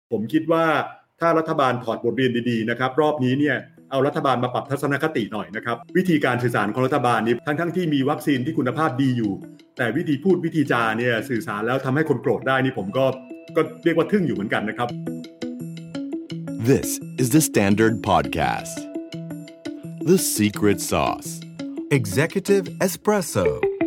ผมคิดว่าถ้ารัฐบาลถอดบทเรียนดีๆนะครับรอบนี้เนี่ยเอารัฐบาลมาปรับทัศนคติหน่อยนะครับวิธีการสื่อสารของรัฐบาลนี้ทั้งที่มีวัคซีนที่คุณภาพดีอยู่แต่วิธีพูดวิธีจาเนี่ยสื่อสารแล้วทำให้คนโกรธได้นี่ผมก็เรียกว่าทึ่งอยู่เหมือนกันนะครับ This is the Standard Podcast The Secret Sauce Executive Espresso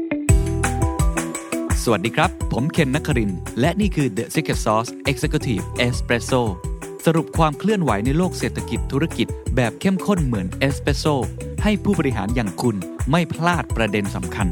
สวัสดีครับผมเคนนครินทร์และนี่คือ The Secret Sauce Executive Espresso สรุปความเคลื่อนไหวในโลกเศรษฐกิจธุรกิจแบบเข้มข้นเหมือนเอสเปรสโซ่ให้ผู้บริหารอย่างคุณไม่พลาดประเด็นสำคัญ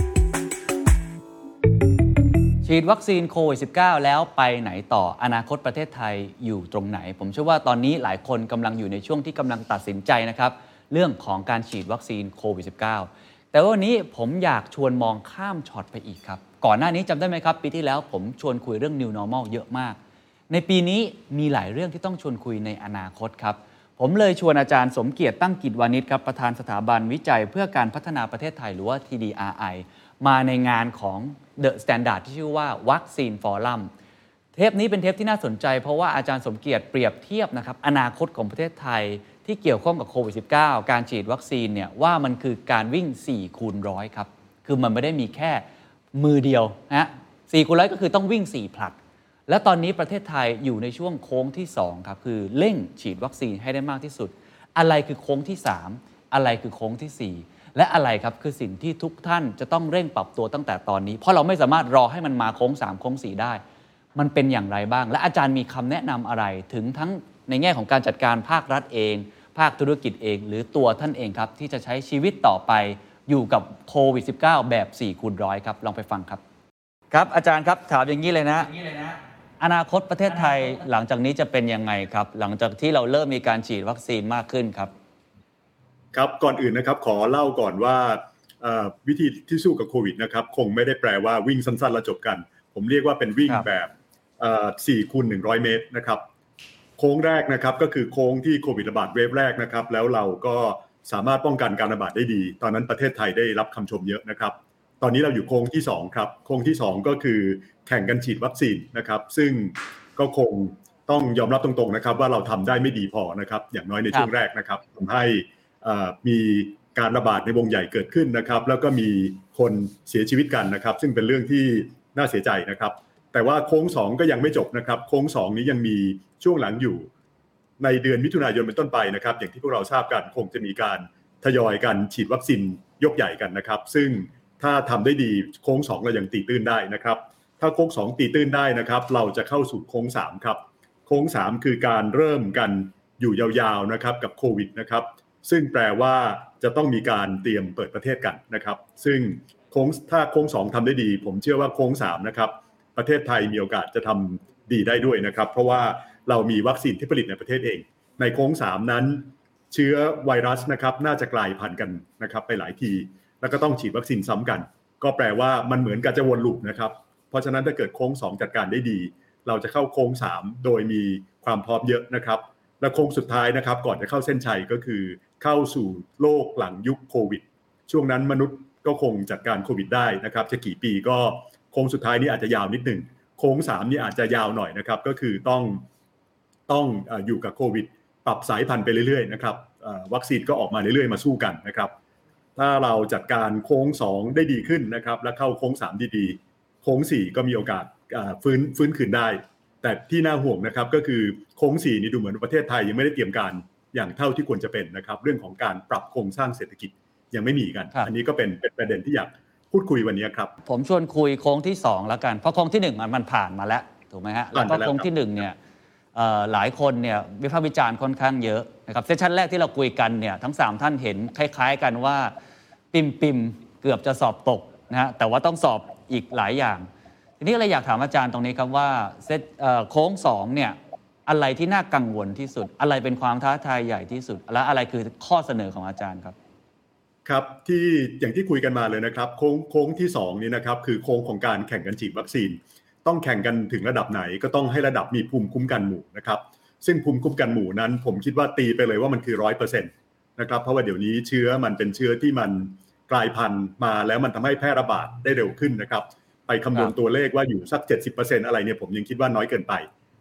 ฉีดวัคซีนโควิด -19 แล้วไปไหนต่ออนาคตประเทศไทยอยู่ตรงไหนผมเชื่อว่าตอนนี้หลายคนกำลังอยู่ในช่วงที่กำลังตัดสินใจนะครับเรื่องของการฉีดวัคซีนโควิด -19 แต่ว่าวันนี้ผมอยากชวนมองข้ามช็อตไปอีกครับก่อนหน้านี้จำได้ไหมครับปีที่แล้วผมชวนคุยเรื่อง New Normal เยอะมากในปีนี้มีหลายเรื่องที่ต้องชวนคุยในอนาคตครับผมเลยชวนอาจารย์สมเกียรติตั้งกิจวานิชครับประธานสถาบันวิจัยเพื่อการพัฒนาประเทศไทยหรือว่า TDRI มาในงานของ The Standard ที่ชื่อว่าวัคซีนฟอรัมเทปนี้เป็นเทปที่น่าสนใจเพราะว่าอาจารย์สมเกียรติเปรียบเทียบนะครับอนาคตของประเทศไทยที่เกี่ยวข้องกับโควิด -19 การฉีดวัคซีนเนี่ยว่ามันคือการวิ่ง 4x100 ครับคือมันไม่ได้มีแค่มือเดียวนะ4x100 ก็คือต้องวิ่ง4ผลัดและตอนนี้ประเทศไทยอยู่ในช่วงโค้งที่2ครับคือเร่งฉีดวัคซีนให้ได้มากที่สุดอะไรคือโค้งที่3อะไรคือโค้งที่4และอะไรครับคือสิ่งที่ทุกท่านจะต้องเร่งปรับตัวตั้งแต่ตอนนี้เพราะเราไม่สามารถรอให้มันมาโค้ง3โค้ง4ได้มันเป็นอย่างไรบ้างและอาจารย์มีคำแนะนำอะไรถึงทั้งในแง่ของการจัดการภาครัฐเองภาคธุรกิจเองหรือตัวท่านเองครับที่จะใช้ชีวิตต่อไปอยู่กับโควิด -19 แบบ 4x100 ครับลองไปฟังครับครับอาจารย์ครับถามอย่างนี้เลยนะอนาคตประเทศไทยหลังจากนี้จะเป็นยังไงครับหลังจากที่เราเริ่มมีการฉีดวัคซีนมากขึ้นครับครับก่อนอื่นนะครับขอเล่าก่อนว่าวิธีที่สู้กับโควิดนะครับคงไม่ได้แปลว่าวิ่งสั้นๆแล้วจบกันผมเรียกว่าเป็นวิ่งแบบ4x100 เมตรนะครับโค้งแรกนะครับก็คือโค้งที่โควิดระบาดเวฟแรกนะครับแล้วเราก็สามารถป้องกันการระบาดได้ดีตอนนั้นประเทศไทยได้รับคำชมเยอะนะครับตอนนี้เราอยู่โค้งที่2ครับโค้งที่2ก็คือแข่งกันฉีดวัคซีนนะครับซึ่งก็คงต้องยอมรับตรงๆนะครับว่าเราทำได้ไม่ดีพอนะครับอย่างน้อยในช่วงแรกนะครับทำให้มีการระบาดในวงใหญ่เกิดขึ้นนะครับแล้วก็มีคนเสียชีวิตกันนะครับซึ่งเป็นเรื่องที่น่าเสียใจนะครับแต่ว่าโค้ง2ก็ยังไม่จบนะครับโค้ง2นี้ยังมีช่วงหลังอยู่ในเดือนมิถุนายนเป็นต้นไปนะครับอย่างที่พวกเราทราบกันคงจะมีการทยอยกันฉีดวัคซีนยกใหญ่กันนะครับซึ่งถ้าทำได้ดีโค้ง2เรายังตีตื้นได้นะครับถ้าโค้ง2ตีตื้นได้นะครับเราจะเข้าสู่โค้ง3ครับโค้ง3คือการเริ่มกันอยู่ยาวๆนะครับกับโควิดนะครับซึ่งแปลว่าจะต้องมีการเตรียมเปิดประเทศกันนะครับซึ่งถ้าโค้ง2ทำได้ดีผมเชื่อว่าโค้ง3นะครับประเทศไทยมีโอกาสจะทำดีได้ด้วยนะครับเพราะว่าเรามีวัคซีนที่ผลิตในประเทศเองในโค้ง3นั้นเชื้อไวรัสนะครับน่าจะกลายพันธุ์กันนะครับไปหลายทีแล้วก็ต้องฉีดวัคซีนซ้ำกันก็แปลว่ามันเหมือนกับจะวนลูปนะครับเพราะฉะนั้นถ้าเกิดโค้ง2จัดการได้ดีเราจะเข้าโค้ง3โดยมีความพร้อมเยอะนะครับและโค้งสุดท้ายนะครับก่อนจะเข้าเส้นชัยก็คือเข้าสู่โลกหลังยุคโควิดช่วงนั้นมนุษย์ก็คงจัดการโควิดได้นะครับจะกี่ปีก็โค้งสุดท้ายนี้อาจจะยาวนิดนึงโค้ง3นี่อาจจะยาวหน่อยนะครับก็คือต้องอยู่กับโควิดปรับสายพันธุ์ไปเรื่อยๆนะครับวัคซีนก็ออกมาเรื่อยๆมาสู้กันนะครับถ้าเราจัดการโค้ง2ได้ดีขึ้นนะครับและเข้าโค้ง3ดีๆโค้ง4ก็มีโอกาสฟื้นคืนได้แต่ที่น่าห่วงนะครับก็คือโค้ง4นี่ดูเหมือนประเทศไทยยังไม่ได้เตรียมการอย่างเท่าที่ควรจะเป็นนะครับเรื่องของการปรับโครงสร้างเศรษฐกิจยังไม่มีกันอันนี้ก็เป็นประเด็นที่อยากพูดคุยวันนี้ครับผมชวนคุยโค้งที่2แล้วกันเพราะโค้งที่1มันผ่านมาแล้วถูกไหมฮะแล้วก็โค้งที่1เนี่ยหลายคนเนี่ยวิพากษ์วิจารณ์ค่อนข้างเยอะนะครับเซสชั่นแรกที่เราคุยกันเนี่ยทั้ง3ท่านเห็นคล้ายๆกันว่าปิ่มเกือบจะสอบตกนะฮะแต่ว่าต้องสอบอีกหลายอย่างทีนี้เราอยากถามอาจารย์ตรงนี้ครับว่าโค้ง2เนี่ยอะไรที่น่ากังวลที่สุดอะไรเป็นความท้าทายใหญ่ที่สุดและอะไรคือข้อเสนอของอาจารย์ครับครับที่อย่างที่คุยกันมาเลยนะครับโค้งที่2นี้นะครับคือโค้งของการแข่งกันฉีดวัคซีนต้องแข่งกันถึงระดับไหนก็ต้องให้ระดับมีภูมิคุ้มกันหมู่นะครับซึ่งภูมิคุ้มกันหมู่นั้นผมคิดว่าตีไปเลยว่ามันคือ 100% นะครับเพราะว่าเดี๋ยวนี้เชื้อมันเป็นเชื้อที่มันกลายพันธุ์มาแล้วมันทำให้แพร่ระบาดได้เร็วขึ้นนะครับไปคำนวณตัวเลขว่าอยู่สัก 70% อะไรเนี่ยผมยังคิดว่าน้อยเกินไป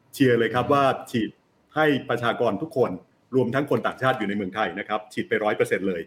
เชียร์เลยครับว่าฉีดให้ประชากรทุกคนรวมทั้งคนต่างชาติอยู่ในเมืองไทยนะครับฉีดไป 100% เลย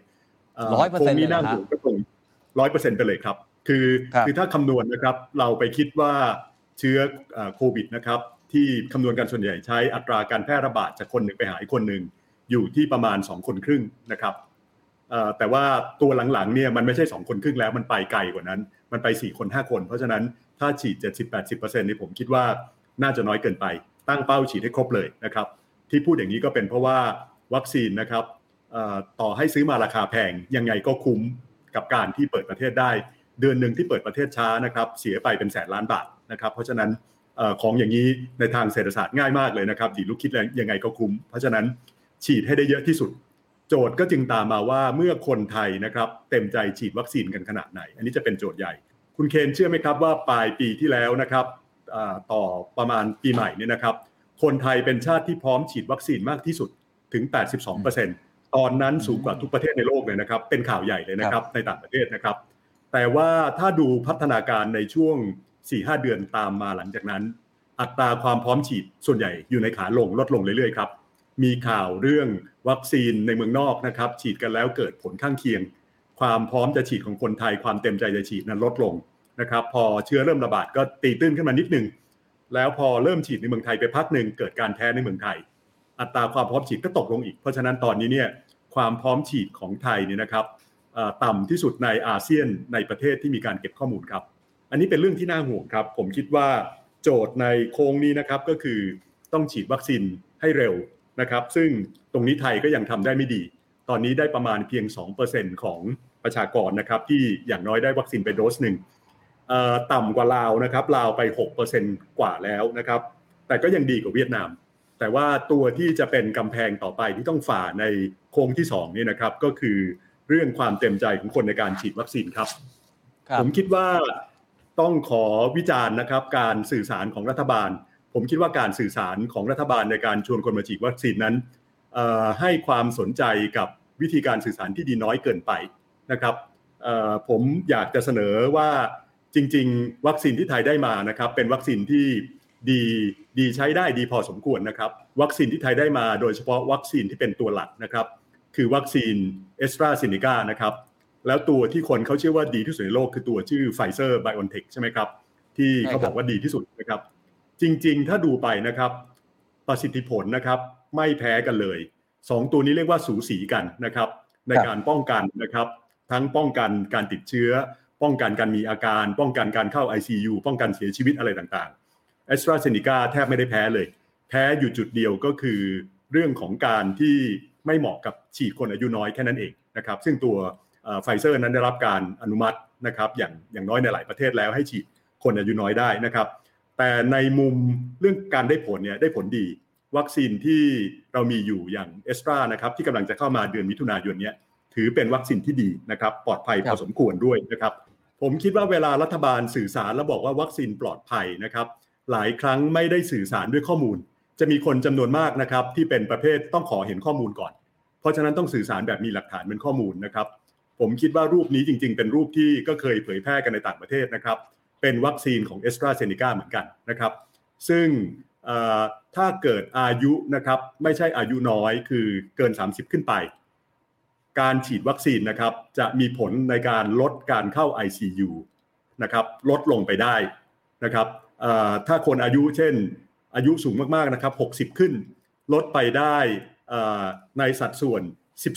100% นี้น่าห่วงก็ตรง 100% ไปเลยครับคือถ้าคำนวณนะครับเราไปคิดว่าเชื้อโควิดนะครับที่คำนวณกันส่วนใหญ่ใช้อัตราการแพร่ระบาดจากคนหนึ่งไปหาอีกคนหนึ่งอยู่ที่ประมาณ2คนครึ่งนะครับแต่ว่าตัวหลังๆเนี่ยมันไม่ใช่2คนครึ่งแล้วมันไปไกลกว่านั้นมันไป4คน5คนเพราะฉะนั้นถ้าฉีด 70-80% นี่ผมคิดว่าน่าจะน้อยเกินไปตั้งเป้าฉีดให้ครบเลยนะครับที่พูดอย่างนี้ก็เป็นเพราะว่าวัคซีนนะครับต่อให้ซื้อมาราคาแพงยังไงก็คุ้มกับการที่เปิดประเทศได้เดือนนึงที่เปิดประเทศช้านะครับเสียไปเป็นแสนล้านบาทนะครับเพราะฉะนั้นของอย่างนี้ในทางเศรษฐศาสตร์ง่ายมากเลยนะครับดีลูกคิดยังไงก็คุ้มเพราะฉะนั้นฉีดให้ได้เยอะที่สุดโจทย์ก็จึงตามมาว่าเมื่อคนไทยนะครับเต็มใจฉีดวัคซีนกันขนาดไหนอันนี้จะเป็นโจทย์ใหญ่คุณเคนเชื่อไหมครับว่าปลายปีที่แล้วนะครับต่อประมาณปีใหม่นี่นะครับคนไทยเป็นชาติที่พร้อมฉีดวัคซีนมากที่สุดถึง 82% ตอนนั้นสูงกว่าทุกประเทศในโลกเลยนะครับเป็นข่าวใหญ่เลยนะครับในต่างประเทศนะครับแต่ว่าถ้าดูพัฒนาการในช่วง 4-5 เดือนตามมาหลังจากนั้นอัตราความพร้อมฉีดส่วนใหญ่อยู่ในขาลงลดลงเรื่อยๆครับมีข่าวเรื่องวัคซีนในเมืองนอกนะครับฉีดกันแล้วเกิดผลข้างเคียงความพร้อมจะฉีดของคนไทยความเต็มใจจะฉีดนั้นลดลงนะครับพอเชื้อเริ่มระบาดก็ตีตื้นขึ้นมานิดนึงแล้วพอเริ่มฉีดในเมืองไทยไปพักนึงเกิดการแพ้ในเมืองไทยอัตราความพร้อมฉีดก็ตกลงอีกเพราะฉะนั้นตอนนี้เนี่ยความพร้อมฉีดของไทยเนี่ยนะครับต่ำที่สุดในอาเซียนในประเทศที่มีการเก็บข้อมูลครับอันนี้เป็นเรื่องที่น่าห่วงครับผมคิดว่าโจทย์ในโค้งนี้นะครับก็คือต้องฉีดวัคซีนให้เร็วนะครับซึ่งตรงนี้ไทยก็ยังทำได้ไม่ดีตอนนี้ได้ประมาณเพียง 2% ของประชากรนะครับที่อย่างน้อยได้วัคซีนไปโดสหนึ่งต่ำกว่าลาวนะครับลาวไป 6% กว่าแล้วนะครับแต่ก็ยังดีกว่าเวียดนามแต่ว่าตัวที่จะเป็นกำแพงต่อไปที่ต้องฝ่าในโค้งที่2นี่นะครับก็คือเรื่องความเต็มใจของคนในการฉีดวัคซีนครับผมคิดว่าต้องขอวิจารณ์นะครับการสื่อสารของรัฐบาลผมคิดว่าการสื่อสารของรัฐบาลในการชวนคนมาฉีดวัคซีนนั้นให้ความสนใจกับวิธีการสื่อสารที่ดีน้อยเกินไปนะครับผมอยากจะเสนอว่าจริงๆวัคซีนที่ไทยได้มานะครับเป็นวัคซีนที่ดีใช้ได้ดีพอสมควรนะครับวัคซีนที่ไทยได้มาโดยเฉพาะวัคซีนที่เป็นตัวหลักนะครับคือวัคซีน AstraZeneca นะครับแล้วตัวที่คนเขาเชื่อว่าดีที่สุดในโลกคือตัวชื่อ Pfizer BioNTech ใช่ไหมครับที่เขาบอกว่าดีที่สุดนะครับจริงๆถ้าดูไปนะครับประสิทธิผลนะครับไม่แพ้กันเลย2ตัวนี้เรียกว่าสูสีกันนะครับในการป้องกันนะครับทั้งป้องกันการติดเชื้อป้องกันการมีอาการป้องกันการเข้า ICU ป้องกันเสียชีวิตอะไรต่างๆ AstraZeneca แทบไม่ได้แพ้เลยแพ้อยู่จุดเดียวก็คือเรื่องของการที่ไม่เหมาะกับฉีดคนอายุน้อยแค่นั้นเองนะครับซึ่งตัวPfizer นั้นได้รับการอนุมัตินะครับอย่างน้อยในหลายประเทศแล้วให้ฉีดคนอายุน้อยได้นะครับแต่ในมุมเรื่องการได้ผลเนี่ยได้ผลดีวัคซีนที่เรามีอยู่อย่าง Astra นะครับที่กำลังจะเข้ามาเดือนมิถุนายนนี้ถือเป็นวัคซีนที่ดีนะครับปลอดภัยพอสมควรด้วยนะครับผมคิดว่าเวลารัฐบาลสื่อสารแล้วบอกว่าวัคซีนปลอดภัยนะครับหลายครั้งไม่ได้สื่อสารด้วยข้อมูลจะมีคนจำนวนมากนะครับที่เป็นประเภทต้องขอเห็นข้อมูลก่อนเพราะฉะนั้นต้องสื่อสารแบบมีหลักฐานเป็นข้อมูลนะครับผมคิดว่ารูปนี้จริงๆเป็นรูปที่ก็เคยเผยแพร่กันในต่างประเทศนะครับเป็นวัคซีนของ AstraZeneca เหมือนกันนะครับซึ่งถ้าเกิดอายุนะครับไม่ใช่อายุน้อยคือเกิน30ขึ้นไปการฉีดวัคซีนนะครับจะมีผลในการลดการเข้า ICU นะครับลดลงไปได้นะครับถ้าคนอายุเช่นอายุสูงมากๆนะครับ60ขึ้นลดไปได้ในสัดส่วน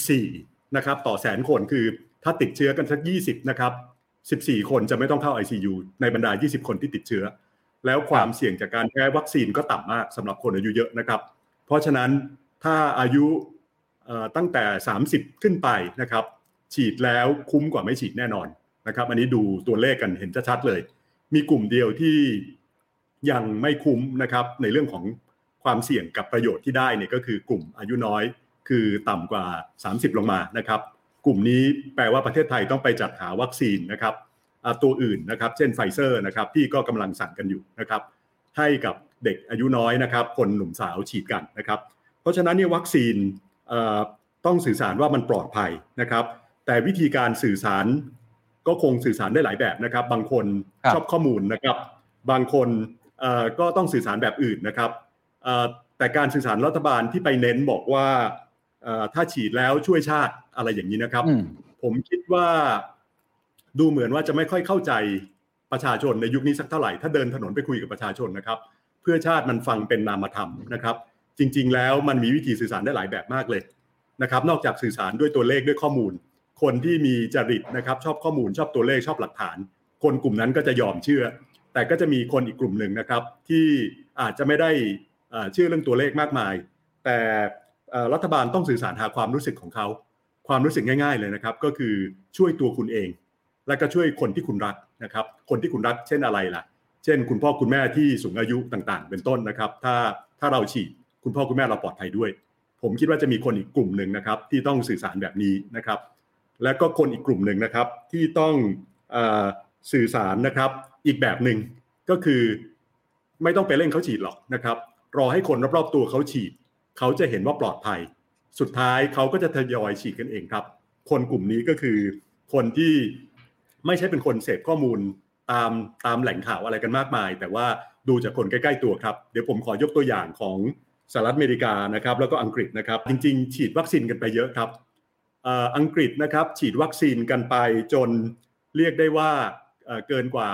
14นะครับต่อแสนคนคือถ้าติดเชื้อกันสัก20นะครับ14คนจะไม่ต้องเข้า ICU ในบรรดา20คนที่ติดเชื้อแล้วความเสี่ยงจากการแพ้วัคซีนก็ต่ำมากสำหรับคนอายุเยอะนะครับเพราะฉะนั้นถ้าอายุตั้งแต่30ขึ้นไปนะครับฉีดแล้วคุ้มกว่าไม่ฉีดแน่นอนนะครับอันนี้ดูตัวเลขกันเห็นชัดๆเลยมีกลุ่มเดียวที่ยังไม่คุ้มนะครับในเรื่องของความเสี่ยงกับประโยชน์ที่ได้เนี่ยก็คือกลุ่มอายุน้อยคือต่ำกว่า30ลงมานะครับกลุ่มนี้แปลว่าประเทศไทยต้องไปจัดหาวัคซีนนะครับตัวอื่นนะครับเช่นไฟเซอร์นะครับที่ก็กำลังสั่งกันอยู่นะครับให้กับเด็กอายุน้อยนะครับคนหนุ่มสาวฉีดกันนะครับเพราะฉะนั้นเนี่ยวัคซีนต้องสื่อสารว่ามันปลอดภัยนะครับแต่วิธีการสื่อสารก็คงสื่อสารได้หลายแบบนะครับบางคนชอบข้อมูลนะครับบางคนก็ต้องสื่อสารแบบอื่นนะครับแต่การสื่อสารรัฐบาลที่ไปเน้นบอกว่าถ้าฉีดแล้วช่วยชาติอะไรอย่างนี้นะครับผมคิดว่าดูเหมือนว่าจะไม่ค่อยเข้าใจประชาชนในยุคนี้สักเท่าไหร่ถ้าเดินถนนไปคุยกับประชาชนนะครับเพื่อชาติมันฟังเป็นนามธรรมนะครับจริงๆแล้วมันมีวิธีสื่อสารได้หลายแบบมากเลยนะครับนอกจากสื่อสารด้วยตัวเลขด้วยข้อมูลคนที่มีจริตนะครับชอบข้อมูลชอบตัวเลขชอบหลักฐานคนกลุ่มนั้นก็จะยอมเชื่อแต่ก็จะมีคนอีกกลุ่มหนึ่งนะครับที่อาจจะไม่ได้เชื่อเรื่องตัวเลขมากมายแต่รัฐบาลต้องสื่อสารหาความรู้สึกของเขาความรู้สึกง่ายๆเลยนะครับก็คือช่วยตัวคุณเองและก็ช่วยคนที่คุณรักนะครับคนที่คุณรักเช่นอะไรล่ะเช่นคุณพ่อคุณแม่ที่สูงอายุต่างๆเป็นต้นนะครับถ้าเราฉีดคุณพ่อคุณแม่เราปลอดภัยด้วยผมคิดว่าจะมีคนอีกกลุ่มหนึ่งนะครับที่ต้องสื่อสารแบบนี้นะครับและก็คนอีกกลุ่มหนึ่งนะครับที่ต้องสื่อสารนะครับอีกแบบหนึ่งก็คือไม่ต้องไปเร่งเขาฉีดหรอกนะครับรอให้คนรอบๆตัวเขาฉีดเขาจะเห็นว่าปลอดภัยสุดท้ายเขาก็จะทยอยฉีดกันเองครับคนกลุ่มนี้ก็คือคนที่ไม่ใช่เป็นคนเสพข้อมูลตามแหล่งข่าวอะไรกันมากมายแต่ว่าดูจากคนใกล้ๆตัวครับเดี๋ยวผมขอยกตัวอย่างของสหรัฐอเมริกานะครับแล้วก็อังกฤษนะครับจริงๆฉีดวัคซีนกันไปเยอะครับอังกฤษนะครับฉีดวัคซีนกันไปจนเรียกได้ว่าเกินกว่า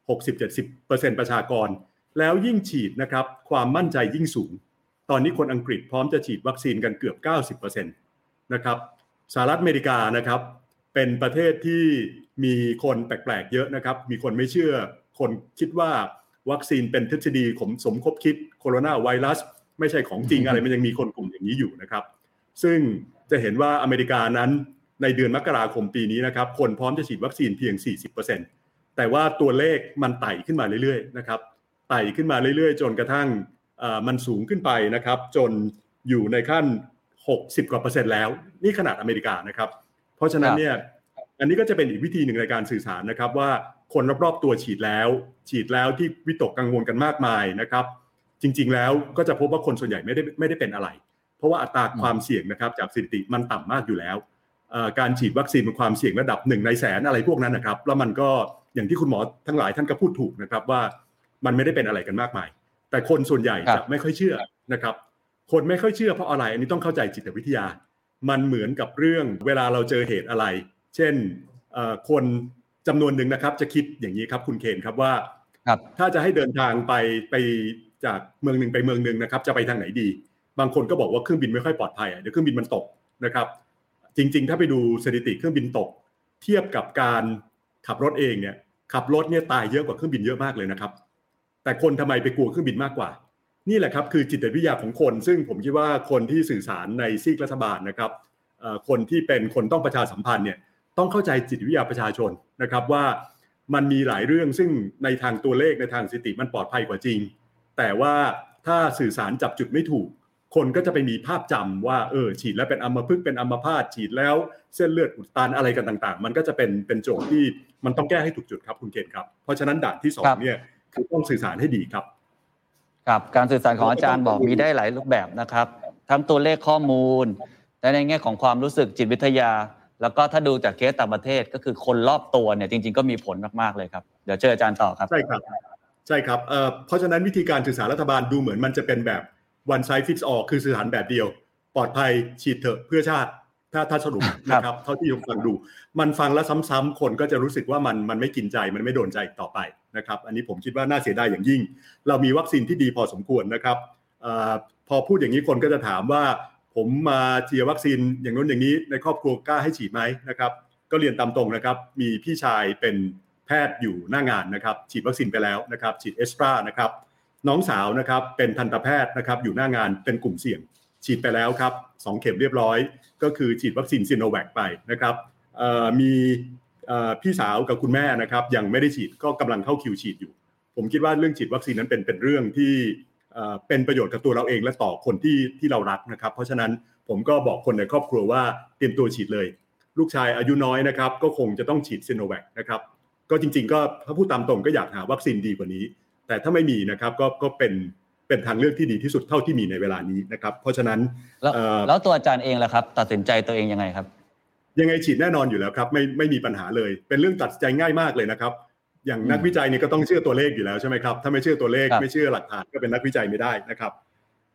60-70% ประชากรแล้วยิ่งฉีดนะครับความมั่นใจยิ่งสูงตอนนี้คนอังกฤษพร้อมจะฉีดวัคซีนกันเกือบ 90% นะครับสหรัฐอเมริกานะครับเป็นประเทศที่มีคนแปลกๆเยอะนะครับมีคนไม่เชื่อคนคิดว่าวัคซีนเป็นทฤษฎีสมคบคิดโคโรนาไวรัสไม่ใช่ของจริงอะไรมันยังมีคนกลุ่มอย่างนี้อยู่นะครับซึ่งจะเห็นว่าอเมริกานั้นในเดือนมกราคมปีนี้นะครับคนพร้อมจะฉีดวัคซีนเพียง 40% แต่ว่าตัวเลขมันไต่ขึ้นมาเรื่อยๆนะครับไต่ขึ้นมาเรื่อยๆจนกระทั่งมันสูงขึ้นไปนะครับจนอยู่ในขั้น60กว่า%แล้วนี่ขนาดอเมริกานะครับเพราะฉะนั้นเนี่ยอันนี้ก็จะเป็นอีกวิธีหนึ่งในการสื่อสารนะครับว่าคนรอบๆตัวฉีดแล้วที่วิตกกังวลกันมากมายนะครับจริงๆแล้วก็จะพบว่าคนส่วนใหญ่ไม่ได้เป็นอะไรเพราะว่าอัตราความเสี่ยงนะครับจากสถิติมันต่ำมากอยู่แล้วการฉีดวัคซีนเป็นความเสี่ยงระดับ1ในแสนอะไรพวกนั้นนะครับแล้วมันก็อย่างที่คุณหมอทั้งหลายท่านก็พูดถูกนะครับว่ามันไม่ได้เป็นอะไรกันมากมายแต่คนส่วนใหญ่จะไม่ค่อยเชื่อนะครับคนไม่ค่อยเชื่อเพราะอะไรอันนี้ต้องเข้าใจจิตวิทยามันเหมือนกับเรื่องเวลาเราเจอเหตุอะไรเช่นคนจำนวนหนึ่งนะครับจะคิดอย่างนี้ครับคุณเคนครับว่าถ้าจะให้เดินทางไปจากเมืองหนึ่งไปเมืองหนึ่งนะครับจะไปทางไหนดีบางคนก็บอกว่าเครื่องบินไม่ค่อยปลอดภัยเดี๋ยวเครื่องบินมันตกนะครับจริงๆถ้าไปดูสถิติเครื่องบินตกเทียบกับการขับรถเองเนี่ยขับรถเนี่ยตายเยอะกว่าเครื่องบินเยอะมากเลยนะครับแต่คนทำไมไปกลัวเครื่องบินมากกว่านี่แหละครับคือจิตวิทยาของคนซึ่งผมคิดว่าคนที่สื่อสารในซีกรัฐบาลนะครับคนที่เป็นคนต้องประชาสัมพันธ์เนี่ยต้องเข้าใจจิตวิทยาประชาชนนะครับว่ามันมีหลายเรื่องซึ่งในทางตัวเลขในทางสถิติมันปลอดภัยกว่าจริงแต่ว่าถ้าสื่อสารจับจุดไม่ถูกคนก็จะไปมีภาพจำว่าฉีดแล้วเป็นอัมพฤกษ์เป็นอัมพาตฉีดแล้วเส้นเลือดอุดตันอะไรกันต่างๆมันก็จะเป็นโจทย์ที่มันต้องแก้ให้ถูกจุดครับคุณเคนครับเพราะฉะนั้นด่านที่2เนี่ยคือต้องสื่อสารให้ดีครับครับการสื่อสารของอาจารย์บอกมีได้หลายรูปแบบนะครับทั้งตัวเลขข้อมูลและในแง่ของความรู้สึกจิตวิทยาแล้วก็ถ้าดูจากเคสต่างประเทศก็คือคนรอบตัวเนี่ยจริงๆก็มีผลมากๆเลยครับเดี๋ยวเจออาจารย์ต่อครับใช่ครับเพราะฉะนั้นวิธีการสื่อสารรัฐบาลดูเหมือนมันจะเป็นแบบ one size fits all คือสื่อสารแบบเดียวปลอดภัยฉีดเถอะเพื่อชาติถ้าสรุปนะครับเท่าที่ผมฟังดูมันฟังแล้วซ้ำๆคนก็จะรู้สึกว่ามันไม่กินใจมันไม่โดนใจต่อไปนะครับอันนี้ผมคิดว่าน่าเสียดายอย่างยิ่งเรามีวัคซีนที่ดีพอสมควรนะครับพอพูดอย่างนี้คนก็จะถามว่าผมมาเชียร์วัคซีนอย่างนู้นอย่างนี้ในครอบครัวกล้าให้ฉีดไหมนะครับก็เรียนตามตรงนะครับมีพี่ชายเป็นแพทย์อยู่หน้างานนะครับฉีดวัคซีนไปแล้วนะครับฉีดเอสตรานะครับน้องสาวนะครับเป็นทันตแพทย์นะครับอยู่หน้างานเป็นกลุ่มเสี่ยงฉีดไปแล้วครับ2เข็มเรียบร้อยก็คือฉีดวัคซีนซิโนแวคไปนะครับมีพี่สาวกับคุณแม่นะครับยังไม่ได้ฉีดก็กำลังเข้าคิวฉีดอยู่ผมคิดว่าเรื่องฉีดวัคซีนนั้นเป็นเรื่องที่เป็นประโยชน์กับตัวเราเองและต่อคนที่เรารักนะครับเพราะฉะนั้นผมก็บอกคนในครอบครัวว่าเตรียมตัวฉีดเลยลูกชายอายุน้อยนะครับก็คงจะต้องฉีดซิโนแวคนะครับก็จริงๆก็ถ้าพูดตามตรงก็อยากหาวัคซีนดีกว่านี้แต่ถ้าไม่มีนะครับก็เป็นทางเลือกที่ดีที่สุดเท่าที่มีในเวลานี้นะครับเพราะฉะนั้นแล้วตัวอาจารย์เองล่ะครับตัดสินใจตัวเองยังไงครับยังไงฉีดแน่นอนอยู่แล้วครับไม่มีปัญหาเลยเป็นเรื่องตัดสินใจง่ายมากเลยนะครับอย่างนักวิจัยเนี่ยก็ต้องเชื่อตัวเลขอยู่แล้วใช่ไหมครับถ้าไม่เชื่อตัวเลขไม่เชื่อหลักฐานก็เป็นนักวิจัยไม่ได้นะครับ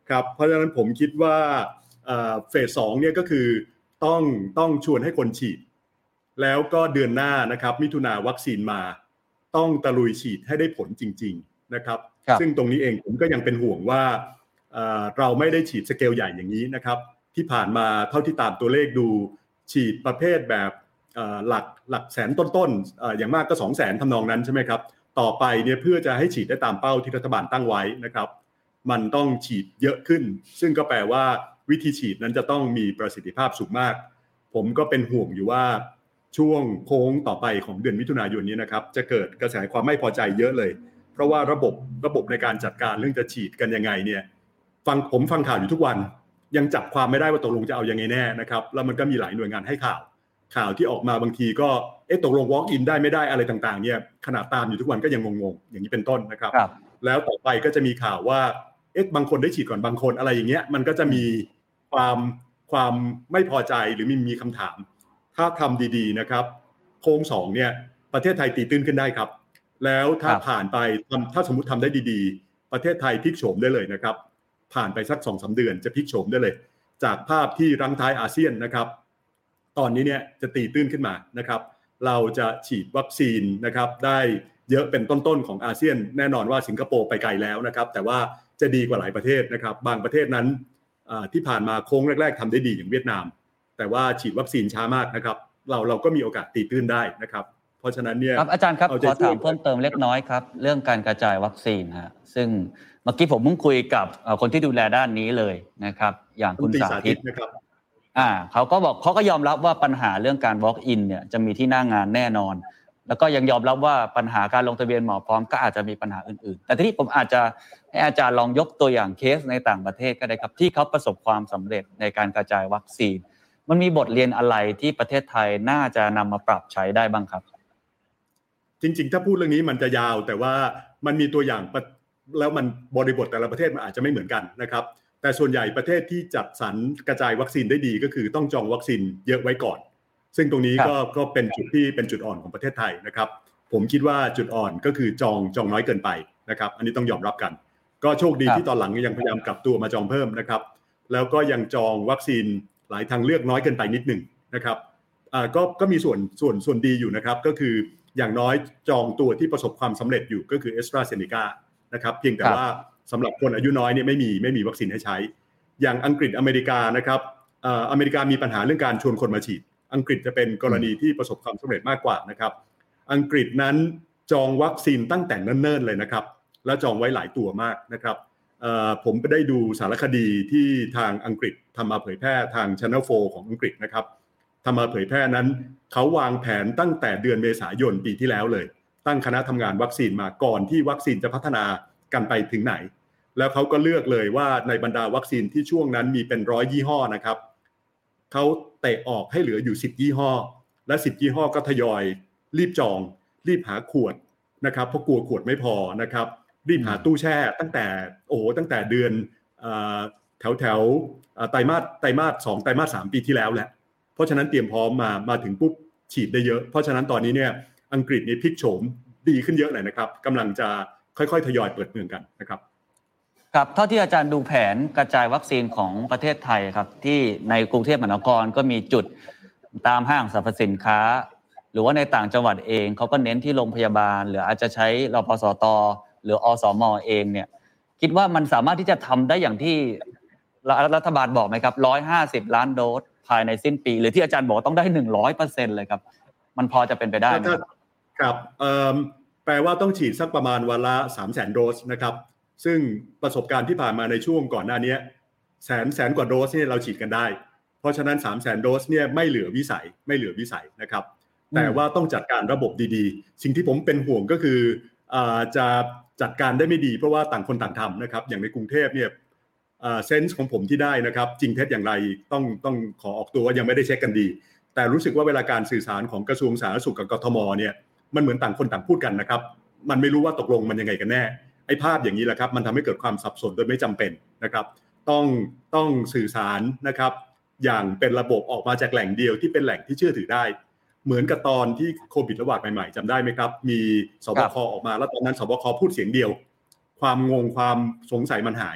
ครับเพราะฉะนั้นผมคิดว่าเฟส2เนี่ยก็คือต้องชวนให้คนฉีดแล้วก็เดือนหน้านะครับมิถุนาวัคซีนมาต้องตะลุยฉีดให้ได้ผลจริงๆนะครับซึ่งตรงนี้เองผมก็ยังเป็นห่วงว่าเราไม่ได้ฉีดสเกลใหญ่อย่างนี้นะครับที่ผ่านมาเท่าที่ตามตัวเลขดูฉีดประเภทแบบหลักแสนต้นๆอย่างมากก็ 200,000 ทำนองนั้นใช่ไหมครับต่อไปเนี่ยเพื่อจะให้ฉีดได้ตามเป้าที่รัฐบาลตั้งไว้นะครับมันต้องฉีดเยอะขึ้นซึ่งก็แปลว่าวิธีฉีดนั้นจะต้องมีประสิทธิภาพสูงมากผมก็เป็นห่วงอยู่ว่าช่วงโค้งต่อไปของเดือนมิถุนายนนี้นะครับจะเกิดกระแสความไม่พอใจเยอะเลยเพราะว่าระบบในการจัดการเรื่องจะฉีดกันยังไงเนี่ยผมฟังข่าวอยู่ทุกวันยังจับความไม่ได้ว่าตกลงจะเอายังไงแน่นะครับแล้วมันก็มีหลายหน่วยงานให้ข่าวที่ออกมาบางทีก็ตกลง walk in ได้ไม่ได้อะไรต่างๆเนี่ยขนาดตามอยู่ทุกวันก็ยังงงๆอย่างนี้เป็นต้นนะครับแล้วต่อไปก็จะมีข่าวว่าบางคนได้ฉีดก่อนบางคนอะไรอย่างเงี้ยมันก็จะมีความไม่พอใจหรือมีคำถามถ้าทำดีๆนะครับโค้ง2เนี่ยประเทศไทยตีตื้นขึ้นได้ครับแล้วถ้าผ่านไปถ้าสมมุติทำได้ดีๆประเทศไทยพลิกโฉมได้เลยนะครับผ่านไปสัก 2-3 เดือนจะพลิกโฉมได้เลยจากภาพที่รั้งท้ายอาเซียนนะครับตอนนี้เนี่ยจะตีตื้นขึ้นมานะครับเราจะฉีดวัคซีนนะครับได้เยอะเป็นต้นๆของอาเซียนแน่นอนว่าสิงคโปร์ไปไกลแล้วนะครับแต่ว่าจะดีกว่าหลายประเทศนะครับบางประเทศนั้นที่ผ่านมาโค้งแรกๆทำได้ดีอย่างเวียดนามแต่ว่าฉีดวัคซีนช้ามากนะครับเราก็มีโอกาสตีตื้นได้นะครับเพราะฉะนั้นเนี่ยครับอาจารย์ครับขอถามเพิ่มเติมเล็กน้อยครับเรื่องการกระจายวัคซีนฮะซึ่งเมื่อกี้ผมเพิ่งคุยกับคนที่ดูแลด้านนี้เลยนะครับอย่างคุณสาธิตนะครับเขาก็บอกเขาก็ยอมรับว่าปัญหาเรื่องการ walk in เนี่ยจะมีที่หน้างานแน่นอนแล้วก็ยังยอมรับว่าปัญหาการลงทะเบียนหมอพร้อมก็อาจจะมีปัญหาอื่นๆแต่ทีนี้ผมอาจจะให้อาจารย์ลองยกตัวอย่างเคสในต่างประเทศก็ได้ครับที่เขาประสบความสำเร็จในการกระจายวัคซีนมันมีบทเรียนอะไรที่ประเทศไทยน่าจะนำมาปรับใช้ได้บ้างครับจริงๆถ้าพูดเรื่องนี้มันจะยาวแต่ว่ามันมีตัวอย่างแล้วมันบริบทแต่ละประเทศมันอาจจะไม่เหมือนกันนะครับแต่ส่วนใหญ่ประเทศที่จัดสรรกระจายวัคซีนได้ดีก็คือต้องจองวัคซีนเยอะไว้ก่อนซึ่งตรงนี้ก็เป็นจุดที่เป็นจุดอ่อนของประเทศไทยนะครับผมคิดว่าจุดอ่อนก็คือจองน้อยเกินไปนะครับอันนี้ต้องยอมรับกันก็โชคดีที่ตอนหลังยังพยายามกลับตัวมาจองเพิ่มนะครับแล้วก็ยังจองวัคซีนหลายทางเลือกน้อยเกินไปนิดหนึ่งนะครับก็มีส่วนดีอยู่นะครับก็คืออย่างน้อยจองตัวที่ประสบความสำเร็จอยู่ก็คือ AstraZeneca นะครับเพียงแต่ว่าสำหรับคนอายุน้อยเนี่ยไม่มีวัคซีนให้ใช้อย่างอังกฤษอเมริกานะครับอเมริกามีปัญหาเรื่องการชวนคนมาฉีดอังกฤษจะเป็นกรณีที่ประสบความสำเร็จมากกว่านะครับอังกฤษนั้นจองวัคซีนตั้งแต่เนิ่นๆเลยนะครับและจองไว้หลายตัวมากนะครับผมไปได้ดูสารคดีที่ทางอังกฤษทำมาเผยแพร่ทาง Channel 4 ของอังกฤษนะครับทำมาเผยแพร่นั้นเขาวางแผนตั้งแต่เดือนเมษายนปีที่แล้วเลยตั้งคณะทำงานวัคซีนมาก่อนที่วัคซีนจะพัฒนากันไปถึงไหนแล้วเขาก็เลือกเลยว่าในบรรดาวัคซีนที่ช่วงนั้นมีเป็น100ยี่ห้อนะครับเขาเตะออกให้เหลืออยู่10ยี่ห้อและ10ยี่ห้อก็ทยอยรีบจองรีบหาขวดนะครับเพราะกลัวขวดไม่พอนะครับรีบหาตู้แช่ตั้งแต่เดือนแถวไตรมาส2ไตรมาส3ปีที่แล้วแหละเพราะฉะนั้นเตรียมพร้อมมาถึงปุ๊บฉีดได้เยอะเพราะฉะนั้นตอนนี้เนี่ยอังกฤษนี่พลิกโฉมดีขึ้นเยอะเลยนะครับกำลังจะค่อยๆทยอยเปิดเมืองกันนะครับครับเท่าที่อาจารย์ดูแผนกระจายวัคซีนของประเทศไทยครับที่ในกรุงเทพมหานครก็มีจุดตามห้างสรรพสินค้าหรือว่าในต่างจังหวัดเองเขาก็เน้นที่โรงพยาบาลหรืออาจจะใช้รพสต.หรืออสม.เองเนี่ยคิดว่ามันสามารถที่จะทำได้อย่างที่รัฐบาลบอกไหมครับ150ล้านโดสภายในสิ้นปีหรือที่อาจารย์บอกต้องได้ 100% เลยครับมันพอจะเป็นไปได้ไหมครับแปลว่าต้องฉีดสักประมาณวันละ 300,000 โดสนะครับซึ่งประสบการณ์ที่ผ่านมาในช่วงก่อนหน้านี้แสนกว่าโดสเนี่ยเราฉีดกันได้เพราะฉะนั้น 300,000 โดสเนี่ยไม่เหลือวิสัยนะครับแต่ว่าต้องจัดการระบบดีๆสิ่งที่ผมเป็นห่วงก็คือจะจัดการได้ไม่ดีเพราะว่าต่างคนต่างทำนะครับอย่างในกรุงเทพเนี่ยเซนส์ของผมที่ได้นะครับจริงเท็จอย่างไรต้องขอออกตัวว่ายังไม่ได้เช็คกันดีแต่รู้สึกว่าเวลาการสื่อสารของกระทรวงสาธารณสุขกับกทมเนี่ยมันเหมือนต่างคนต่างพูดกันนะครับมันไม่รู้ว่าตกลงมันยังไงกันแน่ไอ้ภาพอย่างนี้แหละครับมันทำให้เกิดความสับสนโดยไม่จำเป็นนะครับต้องสื่อสารนะครับอย่างเป็นระบบออกมาจากแหล่งเดียวที่เป็นแหล่งที่เชื่อถือได้เหมือนกับตอนที่โควิดระบาดใหม่ๆจำได้ไหมครับมีสบคออกมาแล้วตอนนั้นสบคพูดเสียงเดียวความงงความสงสัยมันหาย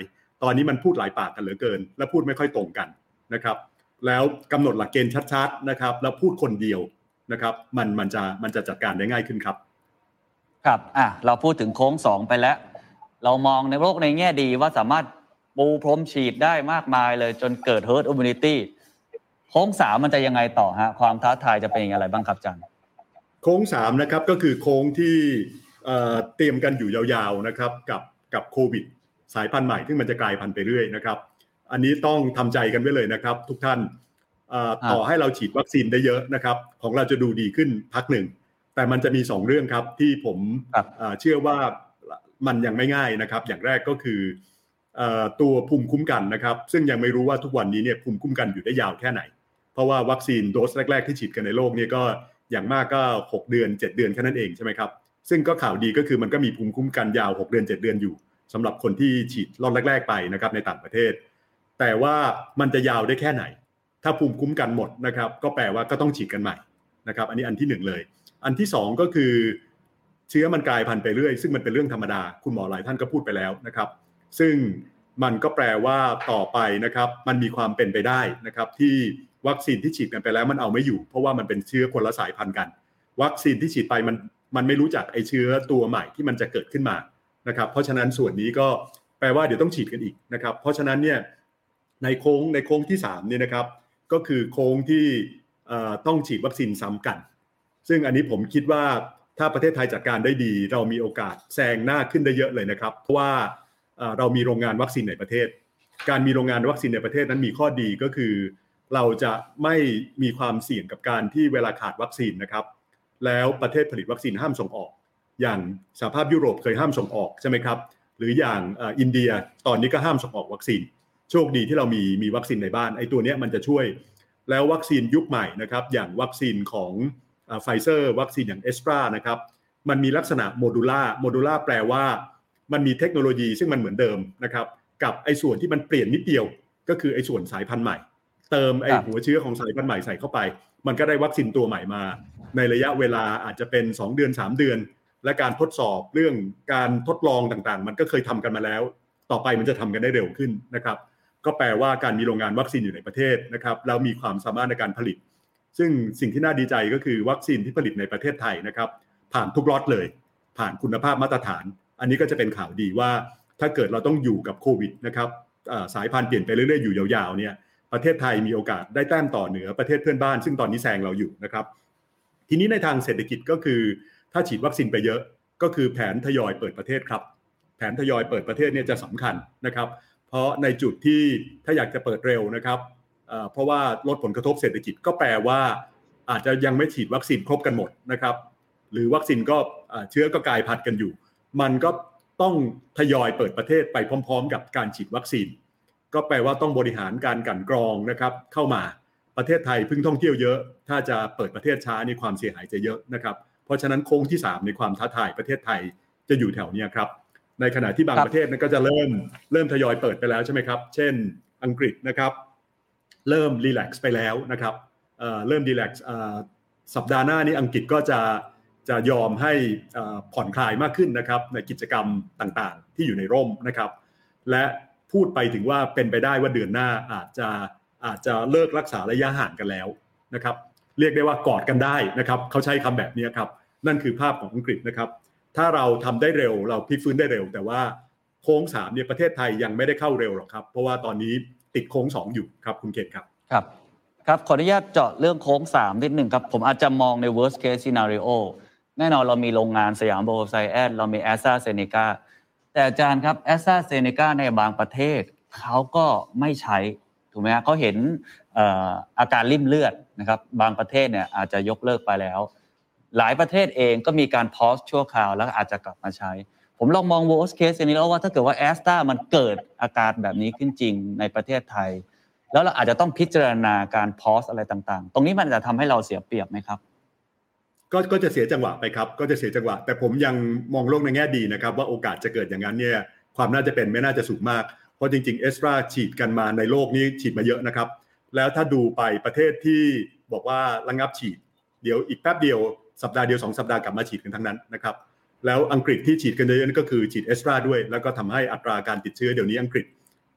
ตอนนี้มันพูดหลายปากกันเหลือเกินและพูดไม่ค่อยตรงกันนะครับแล้วกำหนดหลักเกณฑ์ชัดๆนะครับแล้วพูดคนเดียวนะครับมันจะจัดการได้ง่ายขึ้นครับครับเราพูดถึงโค้ง2ไปแล้วเรามองในโลกในแง่ดีว่าสามารถปูพรมฉีดได้มากมายเลยจนเกิด herd immunity โค้ง3มันจะยังไงต่อฮะความท้าทายจะเป็นอย่างไรบ้างครับอาจารย์โค้ง3นะครับก็คือโค้งที่เตรียมกันอยู่ยาวๆนะครับกับโควิดสายพันธุ์ใหม่ที่มันจะกลายพันธุ์ไปเรื่อยนะครับอันนี้ต้องทำใจกันไว้เลยนะครับทุกท่านต่อให้เราฉีดวัคซีนได้เยอะนะครับของเราจะดูดีขึ้นพักหนึ่งแต่มันจะมี2เรื่องครับที่ผมเชื่อว่ามันยังไม่ง่ายนะครับอย่างแรกก็คือตัวภูมิคุ้มกันนะครับซึ่งยังไม่รู้ว่าทุกวันนี้เนี่ยภูมิคุ้มกันอยู่ได้ยาวแค่ไหนเพราะว่าวัคซีนโดสแรกๆที่ฉีดกันในโลกนี่ก็อย่างมากก็6เดือน7เดือนแค่นั้นเองใช่ไหมครับซึ่งก็ข่าวดีก็คือมันก็มีภูมิคุ้มกันยาว6เดือน7เดือนอยู่สำหรับคนที่ฉีดล็อตแรกๆไปนะครับในต่างประเทศแต่ว่ามันจะยาวได้แค่ไหนถ้าภูมิคุ้มกันหมดนะครับก็แปลว่าก็ต้องฉีดกันใหม่นะครับอันนี้อันที่1เลยอันที่2ก็คือเชื้อมันกลายพันธุ์ไปเรื่อยซึ่งมันเป็นเรื่องธรรมดาคุณหมอหลายท่านก็พูดไปแล้วนะครับซึ่งมันก็แปลว่าต่อไปนะครับมันมีความเป็นไปได้นะครับที่วัคซีนที่ฉีดกันไปแล้วมันเอาไม่อยู่เพราะว่ามันเป็นเชื้อคนละสายพันธุ์กันวัคซีนที่ฉีดไปมันไม่รู้จักไอ้เชื้อตัวใหม่ที่มันจะเกิดขึ้นมานะครับเพราะฉะนั้นส่วนนี้ก็แปลว่าเดี๋ยวต้องฉีดกันอีกนะครับเพราะฉะนั้นเนี่ยในโค้งที่3เนี่ยนะครับก็คือโค้งที่ต้องฉีดวัคซีนซ้ำกันซึ่งอันนี้ผมคิดว่าถ้าประเทศไทยจัดการได้ดีเรามีโอกาสแซงหน้าขึ้นได้เยอะเลยนะครับเพราะว่าเรามีโรงงานวัคซีนในประเทศการมีโรงงานวัคซีนในประเทศนั้นมีข้อดีก็คือเราจะไม่มีความเสี่ยงกับการที่เวลาขาดวัคซีนนะครับแล้วประเทศผลิตวัคซีนห้ามส่งออกอย่างสหภาพยุโรปเคยห้ามส่งออกใช่ไหมครับหรืออย่างอินเดียตอนนี้ก็ห้ามส่งออกวัคซีนโชคดีที่เรามีวัคซีนในบ้านไอ้ตัวนี้มันจะช่วยแล้ววัคซีนยุคใหม่นะครับอย่างวัคซีนของไฟเซอร์วัคซีนอย่างเอสตรานะครับมันมีลักษณะโมดูล่าแปลว่ามันมีเทคโนโลยีซึ่งมันเหมือนเดิมนะครับกับไอ้ส่วนที่มันเปลี่ยนนิดเดียวก็คือไอ้ส่วนสายพันธุ์ใหม่เติมไอ้หัวเชื้อของสายพันธุ์ใหม่ใส่เข้าไปมันก็ได้วัคซีนตัวใหม่มาในระยะเวลาอาจจะเป็น2เดือน3เดือนและการทดสอบเรื่องการทดลองต่างๆมันก็เคยทำกันมาแล้วต่อไปมันจะทำกันได้เร็วขึ้นนะครับก็แปลว่าการมีโรงงานวัคซีนอยู่ในประเทศนะครับแล้วมีความสามารถในการผลิตซึ่งสิ่งที่น่าดีใจก็คือวัคซีนที่ผลิตในประเทศไทยนะครับผ่านทุกล็อตเลยผ่านคุณภาพมาตรฐานอันนี้ก็จะเป็นข่าวดีว่าถ้าเกิดเราต้องอยู่กับโควิดนะครับสายพันธุ์เปลี่ยนไปเรื่อยๆอยู่ยาวๆเนี่ยประเทศไทยมีโอกาสได้แต้มต่อเหนือประเทศเพื่อนบ้านซึ่งตอนนี้แซงเราอยู่นะครับทีนี้ในทางเศรษฐกิจก็คือถ้าฉีดวัคซีนไปเยอะก็คือแผนทยอยเปิดประเทศครับแผนทยอยเปิดประเทศเนี่ยจะสำคัญนะครับเพราะในจุดที่ถ้าอยากจะเปิดเร็วนะครับเพราะว่าลดผลกระทบเศรษฐกิจก็แปลว่าอาจจะยังไม่ฉีดวัคซีนครบกันหมดนะครับหรือวัคซีนก็เชื้อก็กลายพันธุ์กันอยู่มันก็ต้องทยอยเปิดประเทศไปพร้อมๆกับการฉีดวัคซีนก็แปลว่าต้องบริหารการกลั่นกรองนะครับเข้ามาประเทศไทยเพิ่งท่องเที่ยวเยอะถ้าจะเปิดประเทศช้านี่ความเสียหายจะเยอะนะครับเพราะฉะนั้นโค้งที่3ในความท้าทายประเทศไทยจะอยู่แถวนี้ครับในขณะที่บางประเทศนั้นก็จะเริ่มทยอยเปิดไปแล้วใช่ไหมครับเช่นอังกฤษนะครับเริ่มรีแลกซ์ไปแล้วนะครับเริ่มรีแลกซ์สัปดาห์หน้านี้อังกฤษก็จะยอมให้ผ่อนคลายมากขึ้นนะครับในกิจกรรมต่างๆที่อยู่ในร่มนะครับและพูดไปถึงว่าเป็นไปได้ว่าเดือนหน้าอาจจะเลิกรักษาระยะห่างกันแล้วนะครับเรียกได้ว่ากอดกันได้นะครับเขาใช้คำแบบนี้ครับนั่นคือภาพของอังกฤษนะครับถ้าเราทำได้เร็วเราพลิกฟื้นได้เร็วแต่ว่าโค้ง3เนี่ยประเทศไทยยังไม่ได้เข้าเร็วหรอกครับเพราะว่าตอนนี้ติดโค้ง2อยู่ครับคุณเขตครับครับขออนุญาตเจาะเรื่องโค้ง3นิดนึงครับผมอาจจะมองใน worst case scenario แน่นอนเรามีโรงงานสยามไบโอไซแอนซ์เรามี AstraZeneca แต่อาจารย์ครับ AstraZeneca ในบางประเทศเขาก็ไม่ใช้ถูกไหมฮะเขาเห็นอาการริ่มเลือดนะครับบางประเทศเนี่ยอาจจะยกเลิกไปแล้วหลายประเทศเองก็มีการพอสชั่วคราวแล้วอาจจะกลับมาใช้ผมลองมอง worst case นี้แล้วว่าถ้าเกิดว่า Astra มันเกิดอาการแบบนี้ขึ้นจริงในประเทศไทยแล้วเราอาจจะต้องพิจารณาการพอสอะไรต่างๆตรงนี้มันจะทำให้เราเสียเปรียบไหมครับก็จะเสียจังหวะไปครับก็จะเสียจังหวะแต่ผมยังมองโลกในแง่ดีนะครับว่าโอกาสจะเกิดอย่างนั้นเนี่ยความน่าจะเป็นไม่น่าจะสูงมากเพราะจริงๆ Astra ฉีดกันมาในโลกนี้ฉีดมาเยอะนะครับแล้วถ้าดูไปประเทศที่บอกว่าระงับฉีดเดี๋ยวอีกแป๊บเดียวสัปดาห์เดียว2สัปดาห์กลับมาฉีดกันทั้งนั้นนะครับแล้วอังกฤษที่ฉีดกันเยอะๆก็คือฉีด Astra ด้วยแล้วก็ทำให้อัตราการติดเชื้อเดี๋ยวนี้อังกฤษ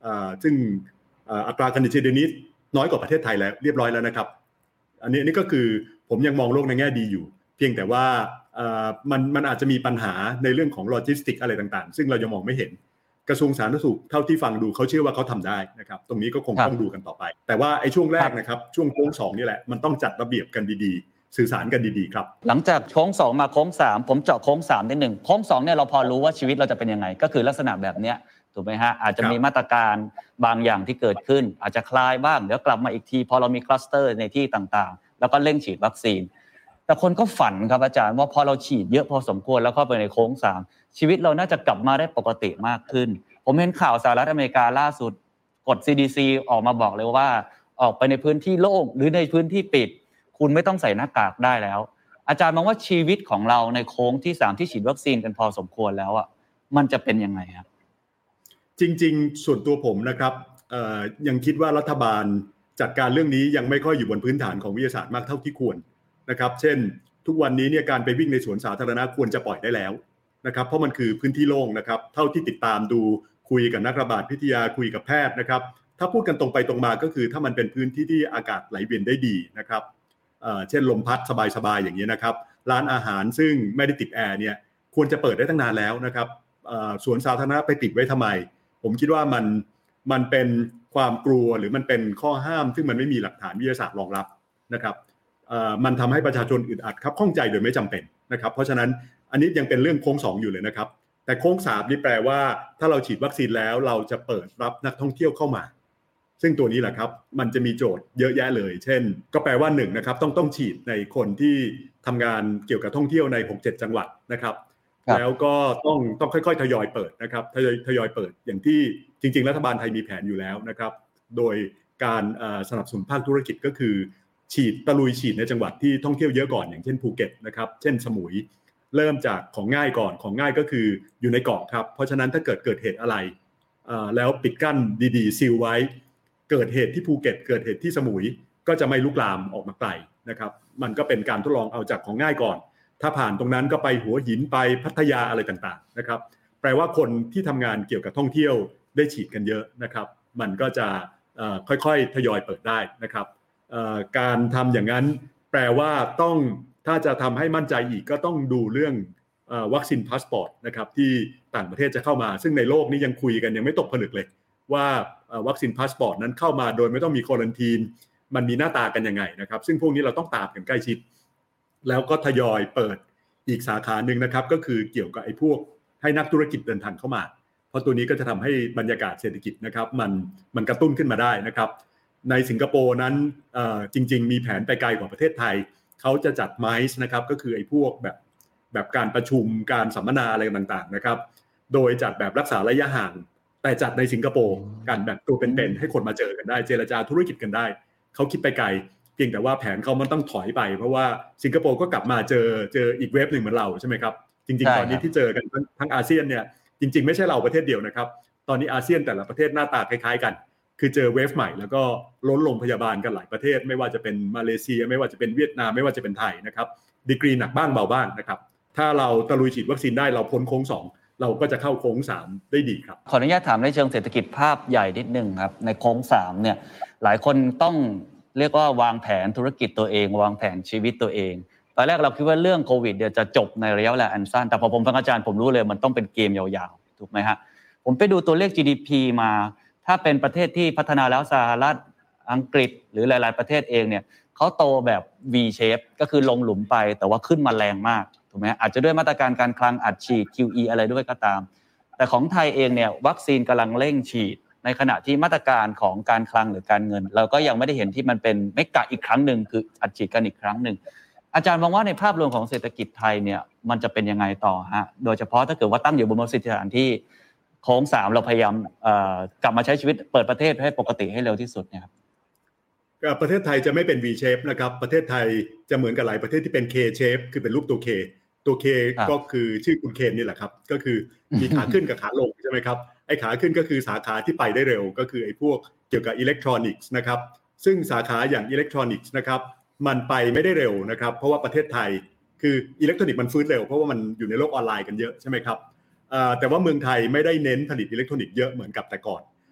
ซึ่งอัตราการติดเชื้อเดือนนี้น้อยกว่าประเทศไทยแล้วเรียบร้อยแล้วนะครับอันนี้ก็คือผมยังมองโลกในแง่ดีอยู่เพียงแต่ว่ามันอาจจะมีปัญหาในเรื่องของโลจิสติกอะไรต่างๆซึ่งเรายังมองไม่เห็นกระทรวงสาธารณสุขเท่าที่ฟังดูเขาเชื่อว่าเขาทำได้นะครับตรงนี้ก็คงต้องดูกันต่อไปแต่ว่าไอ้ช่วงแรกนะครับช่วงโค้ง2นี่แหละมันต้องจัดระเบียบกันดีๆสื่อสารกันดีๆครับหลังจากโค้ง2มาโค้ง3ผมเจาะโค้ง3นิดนึงโค้ง2เนี่ยเราพอรู้ว่าชีวิตเราจะเป็นยังไงก็คือลักษณะแบบเนี้ยถูกไหมฮะอาจจะมีมาตรการบางอย่างที่เกิดขึ้นอาจจะคลายบ้างเดี๋ยวกลับมาอีกทีพอเรามีคลัสเตอร์ในที่ต่างๆแล้วก็เร่งฉีดวัคซีนแต่คนก็ฝันครับอาจารย์ว่าพอเราฉีดเยอะพอสมควรแล้วเข้าไปในโค้ง3ชีวิตเราน่าจะกลับมาได้ปกติมากขึ้นผมเห็นข่าวสหรัฐอเมริกาล่าสุดกฎ CDC ออกมาบอกเลยว่าออกไปในพื้นที่โล่งหรือในพื้นที่ปิดคุณไม่ต้องใส่หน้ากากได้แล้วอาจารย์มองว่าชีวิตของเราในโค้งที่3ที่ฉีดวัคซีนกันพอสมควรแล้วอ่ะมันจะเป็นยังไงครับจริงๆส่วนตัวผมนะครับยังคิดว่ารัฐบาลจัดการเรื่องนี้ยังไม่ค่อยอยู่บนพื้นฐานของวิทยาศาสตร์มากเท่าที่ควรนะครับเช่นทุกวันนี้เนี่ยการไปวิ่งในสวนสาธารณะควรจะปล่อยได้แล้วนะครับเพราะมันคือพื้นที่โล่งนะครับเท่าที่ติดตามดูคุยกับนักระบาดวิทยาคุยกับแพทย์นะครับถ้าพูดกันตรงไปตรงมาก็คือถ้ามันเป็นพื้นที่ที่อากาศไหลเวียนได้ดีนะครับเช่นลมพัดสบายๆอย่างนี้นะครับร้านอาหารซึ่งไม่ได้ติดแอร์เนี่ยควรจะเปิดได้ตั้งนานแล้วนะครับสวนสาธารณะไปติดไว้ทำไมผมคิดว่ามันเป็นความกลัวหรือมันเป็นข้อห้ามซึ่งมันไม่มีหลักฐานวิทยาศาสตร์รองรับนะครับมันทำให้ประชาชนอึดอัดครับข้องใจโดยไม่จำเป็นนะครับเพราะฉะนั้นอันนี้ยังเป็นเรื่องโค้ง2อยู่เลยนะครับแต่โค้ง3นี่แปลว่าถ้าเราฉีดวัคซีนแล้วเราจะเปิดรับนักท่องเที่ยวเข้ามาซึ่งตัวนี้แหละครับมันจะมีโจทย์เยอะแยะเลยเช่นก็แปลว่า1นะครับต้องฉีดในคนที่ทำงานเกี่ยวกับท่องเที่ยวใน 6-7 จังหวัดนะครับแล้วก็ต้องค่อยๆทยอยเปิดนะครับทยอยเปิดอย่างที่จริงๆรัฐบาลไทยมีแผนอยู่แล้วนะครับโดยการสนับสนุนภาคธุรกิจก็คือตะลุยฉีดในจังหวัดที่ท่องเที่ยวเยอะก่อนอย่างเช่นภูเก็ตนะครับเช่นสมุยเริ่มจากของง่ายก่อนของง่ายก็คืออยู่ในเกาะครับเพราะฉะนั้นถ้าเกิดเหตุอะไรแล้วปิดกั้นดีๆซีลไว้เกิดเหตุที่ภูเก็ตเกิดเหตุที่สมุยก็จะไม่ลุกลามออกมาไกลนะครับมันก็เป็นการทดลองเอาจากของง่ายก่อนถ้าผ่านตรงนั้นก็ไปหัวหินไปพัทยาอะไรต่างๆนะครับแปลว่าคนที่ทำงานเกี่ยวกับท่องเที่ยวได้ฉีดกันเยอะนะครับมันก็จะค่อยๆทยอยเปิดได้นะครับการทำอย่างนั้นแปลว่าถ้าจะทำให้มั่นใจอีกก็ต้องดูเรื่องวัคซีนพาสปอร์ตนะครับที่ต่างประเทศจะเข้ามาซึ่งในโลกนี้ยังคุยกันยังไม่ตกผลึกเลยว่าวัคซีนพาสปอร์ตนั้นเข้ามาโดยไม่ต้องมีควอรันทีนมันมีหน้าตากันยังไงนะครับซึ่งพวกนี้เราต้องตามกันใกล้ชิดแล้วก็ทยอยเปิดอีกสาขาหนึ่งนะครับก็คือเกี่ยวกับไอ้พวกให้นักธุรกิจเดินทางเข้ามาเพราะตัวนี้ก็จะทำให้บรรยากาศเศรษฐกิจนะครับมันกระตุ้นขึ้นมาได้นะครับในสิงคโปร์นั้นจริงๆมีแผนไปไกลกว่าประเทศไทยเขาจะจัดไมซ์นะครับก็คือไอ้พวกแบบการประชุมการสัมมนาอะไรต่างๆนะครับโดยจัดแบบรักษาระยะห่างแต่จัดในสิงคโปร์การแบบตัวเป็นๆให้คนมาเจอกันได้เจรจาธุรกิจกันได้เขาคิดไปไกลเพียงแต่ว่าแผนเขามันต้องถอยไปเพราะว่าสิงคโปร์ก็กลับมาเจออีกเวฟหนึ่งเหมือนเราใช่ไหมครับจริงๆตอนนี้ที่เจอกันทั้งอาเซียนเนี่ยจริงๆไม่ใช่เราประเทศเดียวนะครับตอนนี้อาเซียนแต่ละประเทศหน้าตาคล้ายๆกันคือเจอเวฟใหม่แล้วก็ล้นโรงพยาบาลกันหลายประเทศไม่ว่าจะเป็นมาเลเซียไม่ว่าจะเป็นเวียดนามไม่ว่าจะเป็นไทยนะครับดีกรีหนักบ้างเบาบ้างนะครับถ้าเราตะลุยฉีดวัคซีนได้เราพ้นโค้ง2เราก็จะเข้าโค้ง3ได้ดีครับขออนุญาตถามในเชิงเศรษฐกิจภาพใหญ่นิดนึงครับในโค้ง3เนี่ยหลายคนต้องเรียกว่าวางแผนธุรกิจตัวเองวางแผนชีวิตตัวเองตอนแรกเราคิดว่าเรื่องโควิดจะจบในระยะเวลาอันสั้นแต่พอผมฟังอาจารย์ผมรู้เลยมันต้องเป็นเกมยาวๆถูกไหมฮะผมไปดูตัวเลข GDP มาถ้าเป็นประเทศที่พัฒนาแล้วสหรัฐอังกฤษหรือหลายๆประเทศเองเนี่ยเขาโตแบบ V shape ก็คือลงหลุมไปแต่ว่าขึ้นมาแรงมากถูกไหมอาจจะด้วยมาตรการการคลังอัดฉีด QE อะไรด้วยก็ตามแต่ของไทยเองเนี่ยวัคซีนกำลังเร่งฉีดในขณะที่มาตรการของการคลังหรือการเงินเราก็ยังไม่ได้เห็นที่มันเป็นเมกะอีกครั้งนึงคืออัดฉีดกันอีกครั้งนึงอาจารย์มองว่าในภาพรวมของเศรษฐกิจไทยเนี่ยมันจะเป็นยังไงต่อฮะโดยเฉพาะถ้าเกิดว่าตั้งอยู่บนสถานที่โค้ง3เราพยายามกลับมาใช้ชีวิตเปิดประเทศให้ปกติให้เร็วที่สุดเนี่ยครับประเทศไทยจะไม่เป็น V shape นะครับประเทศไทยจะเหมือนกับหลายประเทศที่เป็น K shape คือเป็นรูปตัว K ตัว K ก็คือชื่อคุณเคนนี่แหละครับก็คือมีขาขึ้นกับขาลงใช่ไหมครับไอ้ขาขึ้นก็คือสาขาที่ไปได้เร็วก็คือไอ้พวกเกี่ยวกับอิเล็กทรอนิกส์นะครับซึ่งสาขาอย่างอิเล็กทรอนิกส์นะครับมันไปไม่ได้เร็วนะครับเพราะว่าประเทศไทยคืออิเล็กทรอนิกส์มันฟื้นเร็วเพราะว่ามันอยู่ในโลกออนไลน์กันเยอะใช่ไหมครับแต่ว่าเมืองไทยไม่ได้เน้นผลิตอิเล็กทรอนิกส์เยอะเหมือนกับแต่ก่อน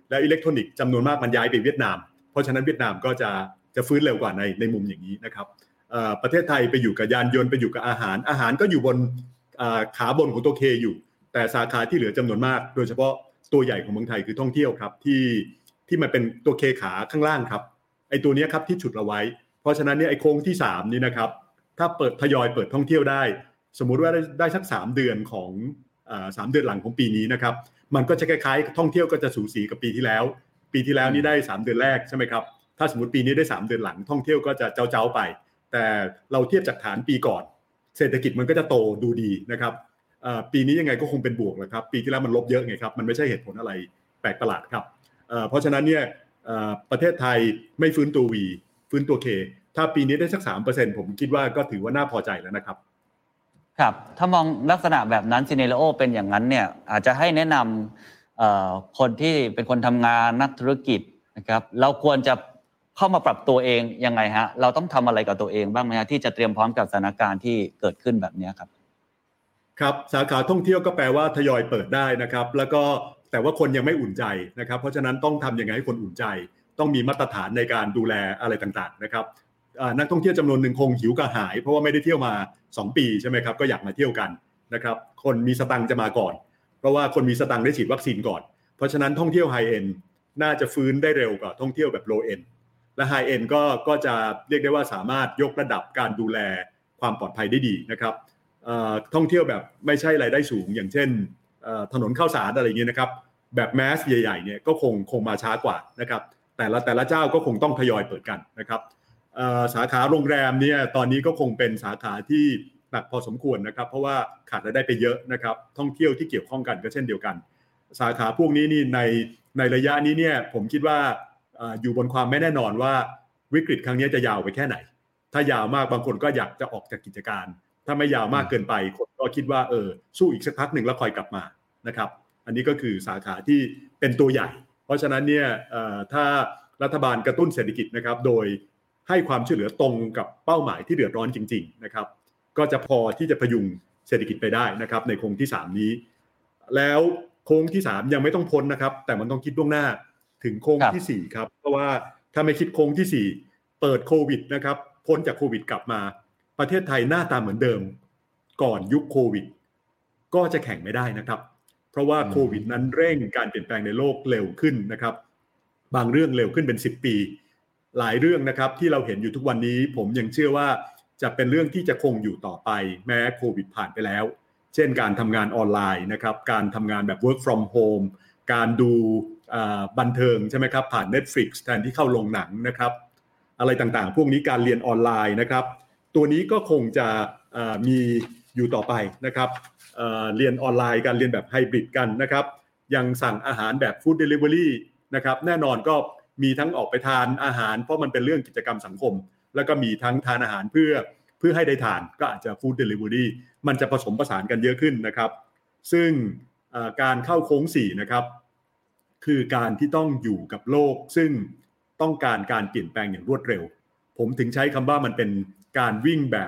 และอิเล็กทรอนิกส์จำนวนมากมันย้ายไปเวียดนามเพราะฉะนั้นเวียดนามก็จะฟื้นเร็วกว่าในมุมอย่างนี้นะครับประเทศไทยไปอยู่กับยานยนต์ไปอยู่กับอาหารก็อยู่บนขาบนของตัว K อยู่แต่สาขาที่เหลือจำนวนมากโดยเฉพาะตัวใหญ่ของเมืองไทยคือท่องเที่ยวครับที่มันเป็นตัว K ขาข้างล่างครับไอ้ตัวนี้ครับที่ฉุดเราไว้เพราะฉะนั้นเนี่ยไอ้โค้งที่3นี่นะครับถ้าทยอยเปิดท่องเที่ยวได้สมมุติว่าได้สัก3เดือนของ3เดือนหลังของปีนี้นะครับมันก็จะคล้ายๆท่องเที่ยวก็จะสูสีกับปีที่แล้วนี่ได้3เดือนแรกใช่ไหมครับถ้าสมมติปีนี้ได้3เดือนหลังท่องเที่ยวก็จะเจ้าไปแต่เราเทียบจากฐานปีก่อนเศรษฐกิจมันก็จะโตดูดีนะครับปีนี้ยังไงก็คงเป็นบวกแหละครับปีที่แล้วมันลบเยอะไงครับมันไม่ใช่เหตุผลอะไรแปลกประหลาดครับเพราะฉะนั้นเนี่ยประเทศไทยไม่ฟื้นตัว V ฟื้นตัว K ถ้าปีนี้ได้สัก 3% ผมคิดว่าก็ถือว่าน่าพอใจแล้วนะครับครับถ้ามองลักษณะแบบนั้นซีเนโรเป็นอย่างนั้นเนี่ยอาจจะให้แนะนำคนที่เป็นคนทำงานนักธุรกิจนะครับเราควรจะเข้ามาปรับตัวเองยังไงฮะเราต้องทำอะไรกับตัวเองบ้างไหมฮะที่จะเตรียมพร้อมกับสถานการณ์ที่เกิดขึ้นแบบนี้ครับครับสาขาท่องเที่ยวก็แปลว่าทยอยเปิดได้นะครับแล้วก็แต่ว่าคนยังไม่อุ่นใจนะครับเพราะฉะนั้นต้องทำยังไงให้คนอุ่นใจต้องมีมาตรฐานในการดูแลอะไรต่างๆนะครับนักท่องเที่ยวจำนวนหนึ่งคงหิวกระหายเพราะว่าไม่ได้เที่ยวมา2ปีใช่ไหมครับก็อยากมาเที่ยวกันนะครับคนมีสตังค์จะมาก่อนเพราะว่าคนมีสตังค์ได้ฉีดวัคซีนก่อนเพราะฉะนั้นท่องเที่ยวไฮเอ็นด์น่าจะฟื้นได้เร็วกว่าท่องเที่ยวแบบโลเอ็นด์และไฮเอ็นด์ก็จะเรียกได้ว่าสามารถยกระดับการดูแลความปลอดภัยได้ดีนะครับท่องเที่ยวแบบไม่ใช่รายได้สูงอย่างเช่นถนนข้าวสารอะไรอย่างเงี้ยนะครับแบบแมสใหญ่ๆเนี่ยก็คงมาช้ากว่านะครับแต่ละเจ้าก็คงต้องทยอยเปิดกันนะครับสาขาโรงแรมเนี่ยตอนนี้ก็คงเป็นสาขาที่หนักพอสมควรนะครับเพราะว่าขาดรายได้ไปเยอะนะครับท่องเที่ยวที่เกี่ยวข้องกันก็เช่นเดียวกันสาขาพวกนี้นี่ในระยะนี้เนี่ยผมคิดว่าอยู่บนความไม่แน่นอนว่าวิกฤตครั้งนี้จะยาวไปแค่ไหนถ้ายาวมากบางคนก็อยากจะออกจากกิจการถ้าไม่ยาวมากเกินไปคนก็คิดว่าสู้อีกสักพักหนึ่งแล้วคอยกลับมานะครับอันนี้ก็คือสาขาที่เป็นตัวใหญ่เพราะฉะนั้นเนี่ยถ้ารัฐบาลกระตุ้นเศรษฐกิจนะครับโดยให้ความช่วยเหลือตรงกับเป้าหมายที่เดือดร้อนจริงๆนะครับก็จะพอที่จะพยุงเศรษฐกิจไปได้นะครับในโค้งที่3นี้แล้วโค้งที่3ยังไม่ต้องพ้นนะครับแต่มันต้องคิดล่วงหน้าถึงโค้งที่4ครับเพราะว่าถ้าไม่คิดโค้งที่4เปิดโควิดนะครับพ้นจากโควิดกลับมาประเทศไทยหน้าตาเหมือนเดิมก่อนยุคโควิดก็จะแข่งไม่ได้นะครับเพราะว่าโควิดนั้นเร่งการเปลี่ยนแปลงในโลกเร็วขึ้นนะครับบางเรื่องเร็วขึ้นเป็น10ปีหลายเรื่องนะครับที่เราเห็นอยู่ทุกวันนี้ผมยังเชื่อว่าจะเป็นเรื่องที่จะคงอยู่ต่อไปแม้โควิดผ่านไปแล้วเช่นการทำงานออนไลน์นะครับการทำงานแบบ work from home การดูบันเทิงใช่ไหมครับผ่าน Netflix แทนที่เข้าโรงหนังนะครับอะไรต่างๆพวกนี้การเรียนออนไลน์นะครับตัวนี้ก็คงจะมีอยู่ต่อไปนะครับเรียนออนไลน์การเรียนแบบไฮบริดกันนะครับยังสั่งอาหารแบบฟู้ดเดลิเวอรี่นะครับแน่นอนก็มีทั้งออกไปทานอาหารเพราะมันเป็นเรื่องกิจกรรมสังคมแล้วก็มีทั้งทานอาหารเพื่อให้ได้ทานก็อาจจะฟู้ดเดลิเวอรี่มันจะผสมผสานกันเยอะขึ้นนะครับซึ่งการเข้าโค้ง4นะครับคือการที่ต้องอยู่กับโลกซึ่งต้องการการเปลี่ยนแปลงอย่างรวดเร็วผมถึงใช้คำว่ามันเป็นการวิ่งแบบ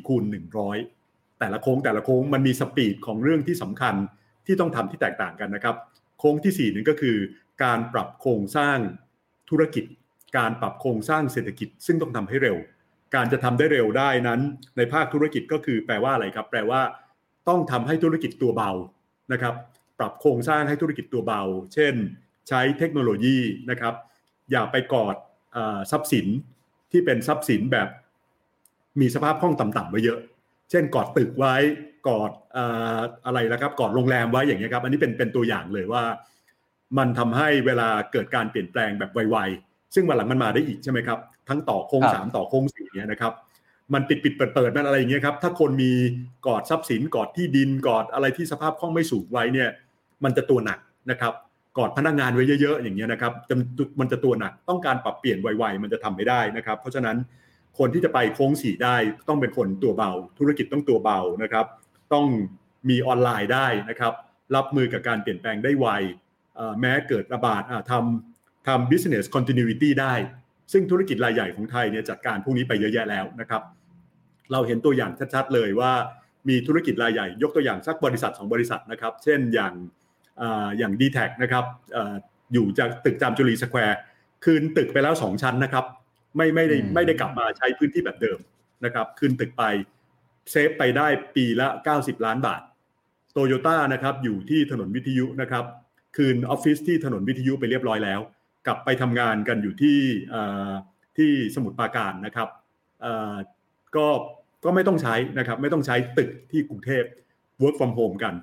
4x100แต่ละโค้งมันมีสปีดของเรื่องที่สำคัญที่ต้องทำที่แตกต่างกันนะครับโค้งที่4นั่นก็คือการปรับโครงสร้างธุรกิจการปรับโครงสร้างเศรษฐกิจซึ่งต้องทำให้เร็วการจะทำได้เร็วได้นั้นในภาคธุรกิจก็คือแปลว่าอะไรครับแปลว่าต้องทำให้ธุรกิจตัวเบานะครับปรับโครงสร้างให้ธุรกิจตัวเบาเช่นใช้เทคโนโลยีนะครับอย่าไปกอดทรัพย์สินที่เป็นทรัพย์สินแบบมีสภาพคล่องต่ำๆไว้เยอะเช่นกอดตึกไว้กอดอะไรนะครับกอดโรงแรมไว้อย่างเงี้ยครับอันนี้เป็นตัวอย่างเลยว่ามันทำให้เวลาเกิดการเปลี่ยนแปลงแบบไวๆซึ่งวันหลังมันมาได้อีกใช่ไหมครับทั้งต่อโค้ง3ต่อโค้ง4เนี่ยนะครับมันปิดเปิดมันอะไรอย่างเงี้ยครับถ้าคนมีกอดทรัพย์สินกอดที่ดินกอดอะไรที่สภาพคล่องไม่สูงไว้เนี่ยมันจะตัวหนักนะครับกอดพนักงานไว้เยอะๆอย่างเงี้ยนะครับมันจะตัวหนักต้องการปรับเปลี่ยนไวๆมันจะทำไม่ได้นะครับเพราะฉะนั้นคนที่จะไปโค้ง4ได้ต้องเป็นคนตัวเบาธุรกิจต้องตัวเบานะครับต้องมีออนไลน์ได้นะครับรับมือกับการเปลี่ยนแปลงได้ไวแม้เกิดระบาดทำ business continuity ได้ซึ่งธุรกิจรายใหญ่ของไทยเนี่ยจัดการพวกนี้ไปเยอะแยะแล้วนะครับเราเห็นตัวอย่างชัดๆเลยว่ามีธุรกิจรายใหญ่ยกตัวอย่างสักบริษัท2บริษัทนะครับเช่นอย่าง D-Tag นะครับอยู่จากตึกจามจุรีสแควร์คืนตึกไปแล้ว2ชั้นนะครับไม่ได้กลับมาใช้พื้นที่แบบเดิมนะครับคืนตึกไปเซฟไปได้ปีละ90 ล้านบาทโตโยต้านะครับอยู่ที่ถนนวิทยุนะครับคืนออฟฟิศที่ถนนวิทยุไปเรียบร้อยแล้วกลับไปทำงานกันอยู่ที่สมุทรปราการนะครับก็ไม่ต้องใช้นะครับไม่ต้องใช้ตึกที่กรุงเทพ work from home กัน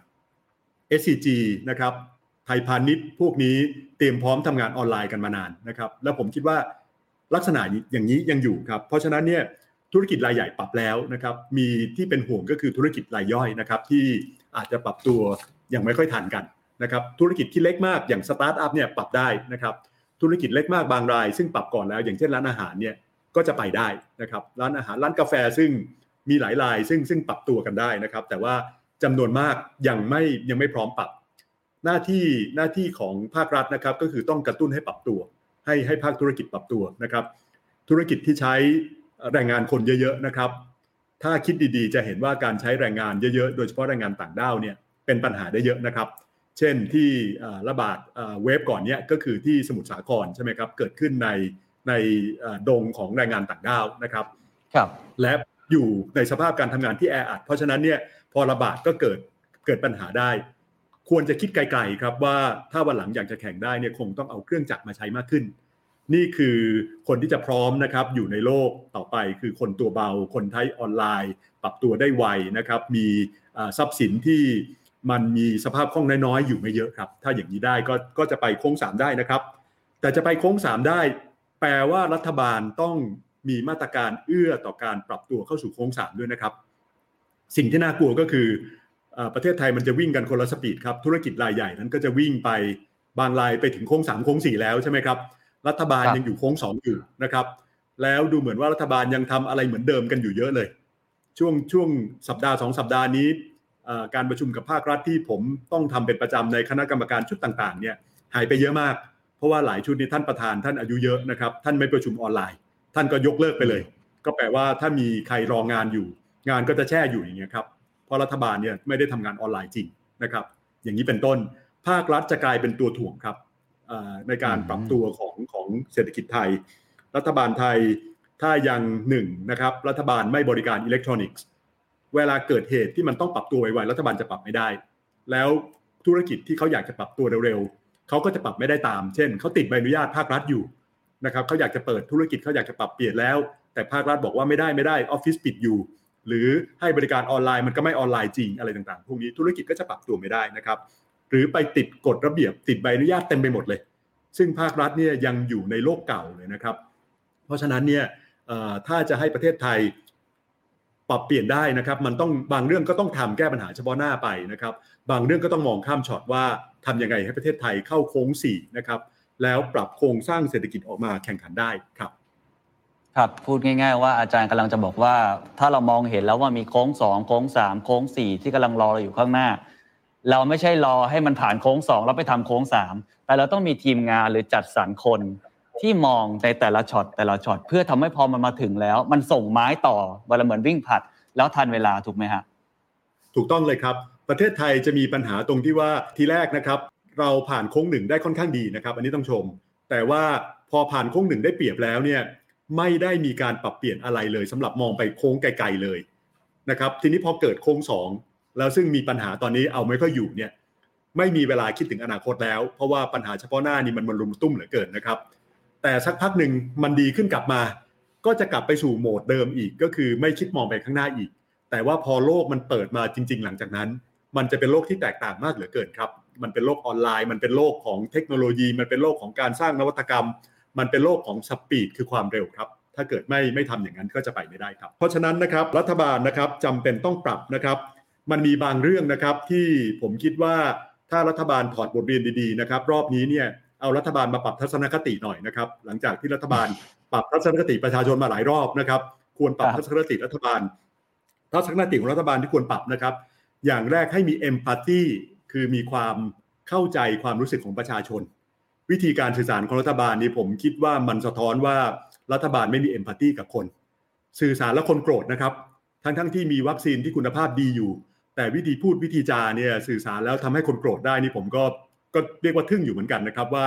SCG นะครับไทยพาณิชย์พวกนี้เตรียมพร้อมทำงานออนไลน์กันมานานนะครับแล้วผมคิดว่าลักษณะอย่างนี้ยังอยู่ครับเพราะฉะนั้นเนี่ยธุรกิจรายใหญ่ปรับแล้วนะครับมีที่เป็นห่วงก็คือธุรกิจรายย่อยนะครับที่อาจจะปรับตัวยังไม่ค่อยทันกันนะครับธุรกิจที่เล็กมากอย่างสตาร์ทอัพเนี่ยปรับได้นะครับธุรกิจเล็กมากบางรายซึ่งปรับก่อนแล้วอย่างเช่นร้านอาหารเนี่ยก็จะไปได้นะครับร้านอาหารร้านกาแฟซึ่งมีหลายรายซึ่งปรับตัวกันได้นะครับแต่ว่าจำนวนมากยังไม่พร้อมปรับหน้าที่ของภาครัฐนะครับก็คือต้องกระตุ้นให้ปรับตัวให้ภาคธุรกิจปรับตัวนะครับธุรกิจที่ใช้แรงงานคนเยอะๆนะครับถ้าคิดดีๆจะเห็นว่าการใช้แรงงานเยอะๆโดยเฉพาะแรงงานต่างด้าวเนี่ยเป็นปัญหาได้เยอะนะครับเช่นที่ระบาดเวฟก่อนเนี้ยก็คือที่สมุทรสาครใช่ไหมครับเกิดขึ้นในดงของแรงงานต่างด้าวนะครับครับและอยู่ในสภาพการทำงานที่แออัดเพราะฉะนั้นเนี่ยพอระบาดก็เกิดปัญหาได้ควรจะคิดไกลๆครับว่าถ้าวันหลังอยากจะแข่งได้เนี่ยคงต้องเอาเครื่องจักรมาใช้มากขึ้นนี่คือคนที่จะพร้อมนะครับอยู่ในโลกต่อไปคือคนตัวเบาคนใช้ออนไลน์ปรับตัวได้ไวนะครับมีทรัพย์สินที่มันมีสภาพคล่องน้อยๆอยู่ไม่เยอะครับถ้าอย่างนี้ได้ก็จะไปโค้ง3ได้นะครับแต่จะไปโค้ง3ได้แปลว่ารัฐบาลต้องมีมาตรการเอื้อต่อการปรับตัวเข้าสู่โค้ง3ด้วยนะครับสิ่งที่น่ากลัวก็คือประเทศไทยมันจะวิ่งกันคนละสปีดครับธุรกิจรายใหญ่นั้นก็จะวิ่งไปบางรายไปถึงโค้ง3โค้ง4แล้วใช่ไหมครับรัฐบาลยังอยู่โค้ง2อยู่นะครับแล้วดูเหมือนว่ารัฐบาลยังทำอะไรเหมือนเดิมกันอยู่เยอะเลยช่วงสัปดาห์2สัปดาห์นี้การประชุมกับภาครัฐที่ผมต้องทำเป็นประจำในคณะกรรมการชุดต่างๆเนี่ยหายไปเยอะมากเพราะว่าหลายชุดนี้ท่านประธานท่านอายุเยอะนะครับท่านไม่ประชุมออนไลน์ท่านก็ยกเลิกไปเลยก็แปลว่าถ้ามีใครรองานอยู่งานก็จะแช่อยู่อย่างเงี้ยครับเพราะรัฐบาลเนี่ยไม่ได้ทำงานออนไลน์จริงนะครับอย่างนี้เป็นต้นภาครัฐจะกลายเป็นตัวถ่วงครับในการปรับตัวของเศรษฐกิจไทยรัฐบาลไทยถ้ายังนะครับรัฐบาลไม่บริการอิเล็กทรอนิกส์เวลาเกิดเหตุที่มันต้องปรับตัวไวๆรัฐบาลจะปรับไม่ได้แล้วธุรกิจที่เขาอยากจะปรับตัวเร็วๆเขาก็จะปรับไม่ได้ตามเช่นเขาติดใบอนุญาตภาครัฐอยู่นะครับเขาอยากจะเปิดธุรกิจเขาอยากจะปรับเปลี่ยนแล้วแต่ภาครัฐบอกว่าไม่ได้ออฟฟิศปิดอยู่หรือให้บริการออนไลน์มันก็ไม่ออนไลน์จริงอะไรต่างๆพวกนี้ธุรกิจก็จะปรับตัวไม่ได้นะครับหรือไปติดกฎระเบียบติดใบอนุญาตเต็มไปหมดเลยซึ่งภาครัฐเนี่ยยังอยู่ในโลกเก่าเลยนะครับเพราะฉะนั้นเนี่ยถ้าจะให้ประเทศไทยปรับเปลี่ยนได้นะครับมันต้องบางเรื่องก็ต้องทำแก้ปัญหาเฉพาะหน้าไปนะครับบางเรื่องก็ต้องมองข้ามช็อตว่าทำยังไงให้ประเทศไทยเข้าโค้ง4นะครับแล้วปรับโครงสร้างเศรษฐกิจออกมาแข่งขันได้ครับครับพูดง่ายๆว่าอาจารย์กำลังจะบอกว่าถ้าเรามองเห็นแล้วว่ามีโค้ง2โค้ง3โค้ง4ที่กำลังรอเราอยู่ข้างหน้าเราไม่ใช่รอให้มันผ่านโค้ง2แล้วไปทำโค้ง3แต่เราต้องมีทีมงานหรือจัดสรรคนที่มองในแต่ละช็อตเพื่อทำให้พอมันมาถึงแล้วมันส่งไม้ต่อเวลาเหมือนวิ่งผลัดแล้วทันเวลาถูกไหมฮะถูกต้องเลยครับประเทศไทยจะมีปัญหาตรงที่ว่าทีแรกนะครับเราผ่านโค้ง1ได้ค่อนข้างดีนะครับอันนี้ต้องชมแต่ว่าพอผ่านโค้ง1ได้เปรียบแล้วเนี่ยไม่ได้มีการปรับเปลี่ยนอะไรเลยสำหรับมองไปโค้งไกลๆเลยนะครับทีนี้พอเกิดโค้ง2แล้วซึ่งมีปัญหาตอนนี้เอาไม่ค่อยอยู่เนี่ยไม่มีเวลาคิดถึงอนาคตแล้วเพราะว่าปัญหาเฉพาะหน้านี่มันรุมตุ้มเหลือเกินนะครับแต่สักพักหนึ่งมันดีขึ้นกลับมาก็จะกลับไปสู่โหมดเดิมอีกก็คือไม่คิดมองไปข้างหน้าอีกแต่ว่าพอโลกมันเปิดมาจริงๆหลังจากนั้นมันจะเป็นโลกที่แตกต่างมากเหลือเกินครับมันเป็นโลกออนไลน์มันเป็นโลกของเทคโนโลยีมันเป็นโลกของการสร้างนวัตกรรมมันเป็นโลกของสปีดคือความเร็วครับถ้าเกิดไม่ทำอย่างนั้นก็จะไปไม่ได้ครับเพราะฉะนั้นนะครับรัฐบาลนะครับจำเป็นต้องปรับนะครับมันมีบางเรื่องนะครับที่ผมคิดว่าถ้ารัฐบาลถอดบทเรียนดีๆนะครับรอบนี้เนี่ยเอารัฐบาลมาปรับทัศนคติหน่อยนะครับหลังจากที่รัฐบาลปรับทัศนคติประชาชนมาหลายรอบนะครับควรปรับทัศนคติรัฐบาลทัศนคติของรัฐบาลที่ควรปรับนะครับอย่างแรกให้มีเอมพาธีคือมีความเข้าใจความรู้สึกของประชาชนวิธีการสื่อสารของรัฐบาลนี้ผมคิดว่ามันสะท้อนว่ารัฐบาลไม่มีเอมพาธีกับคนสื่อสารแล้วคนโกรธนะครับทั้งที่มีวัคซีนที่คุณภาพดีอยู่แต่วิธีพูดวิธีจาเนี่ยสื่อสารแล้วทำให้คนโกรธได้นี่ผมก็เรียกว่าทึ่งอยู่เหมือนกันนะครับว่า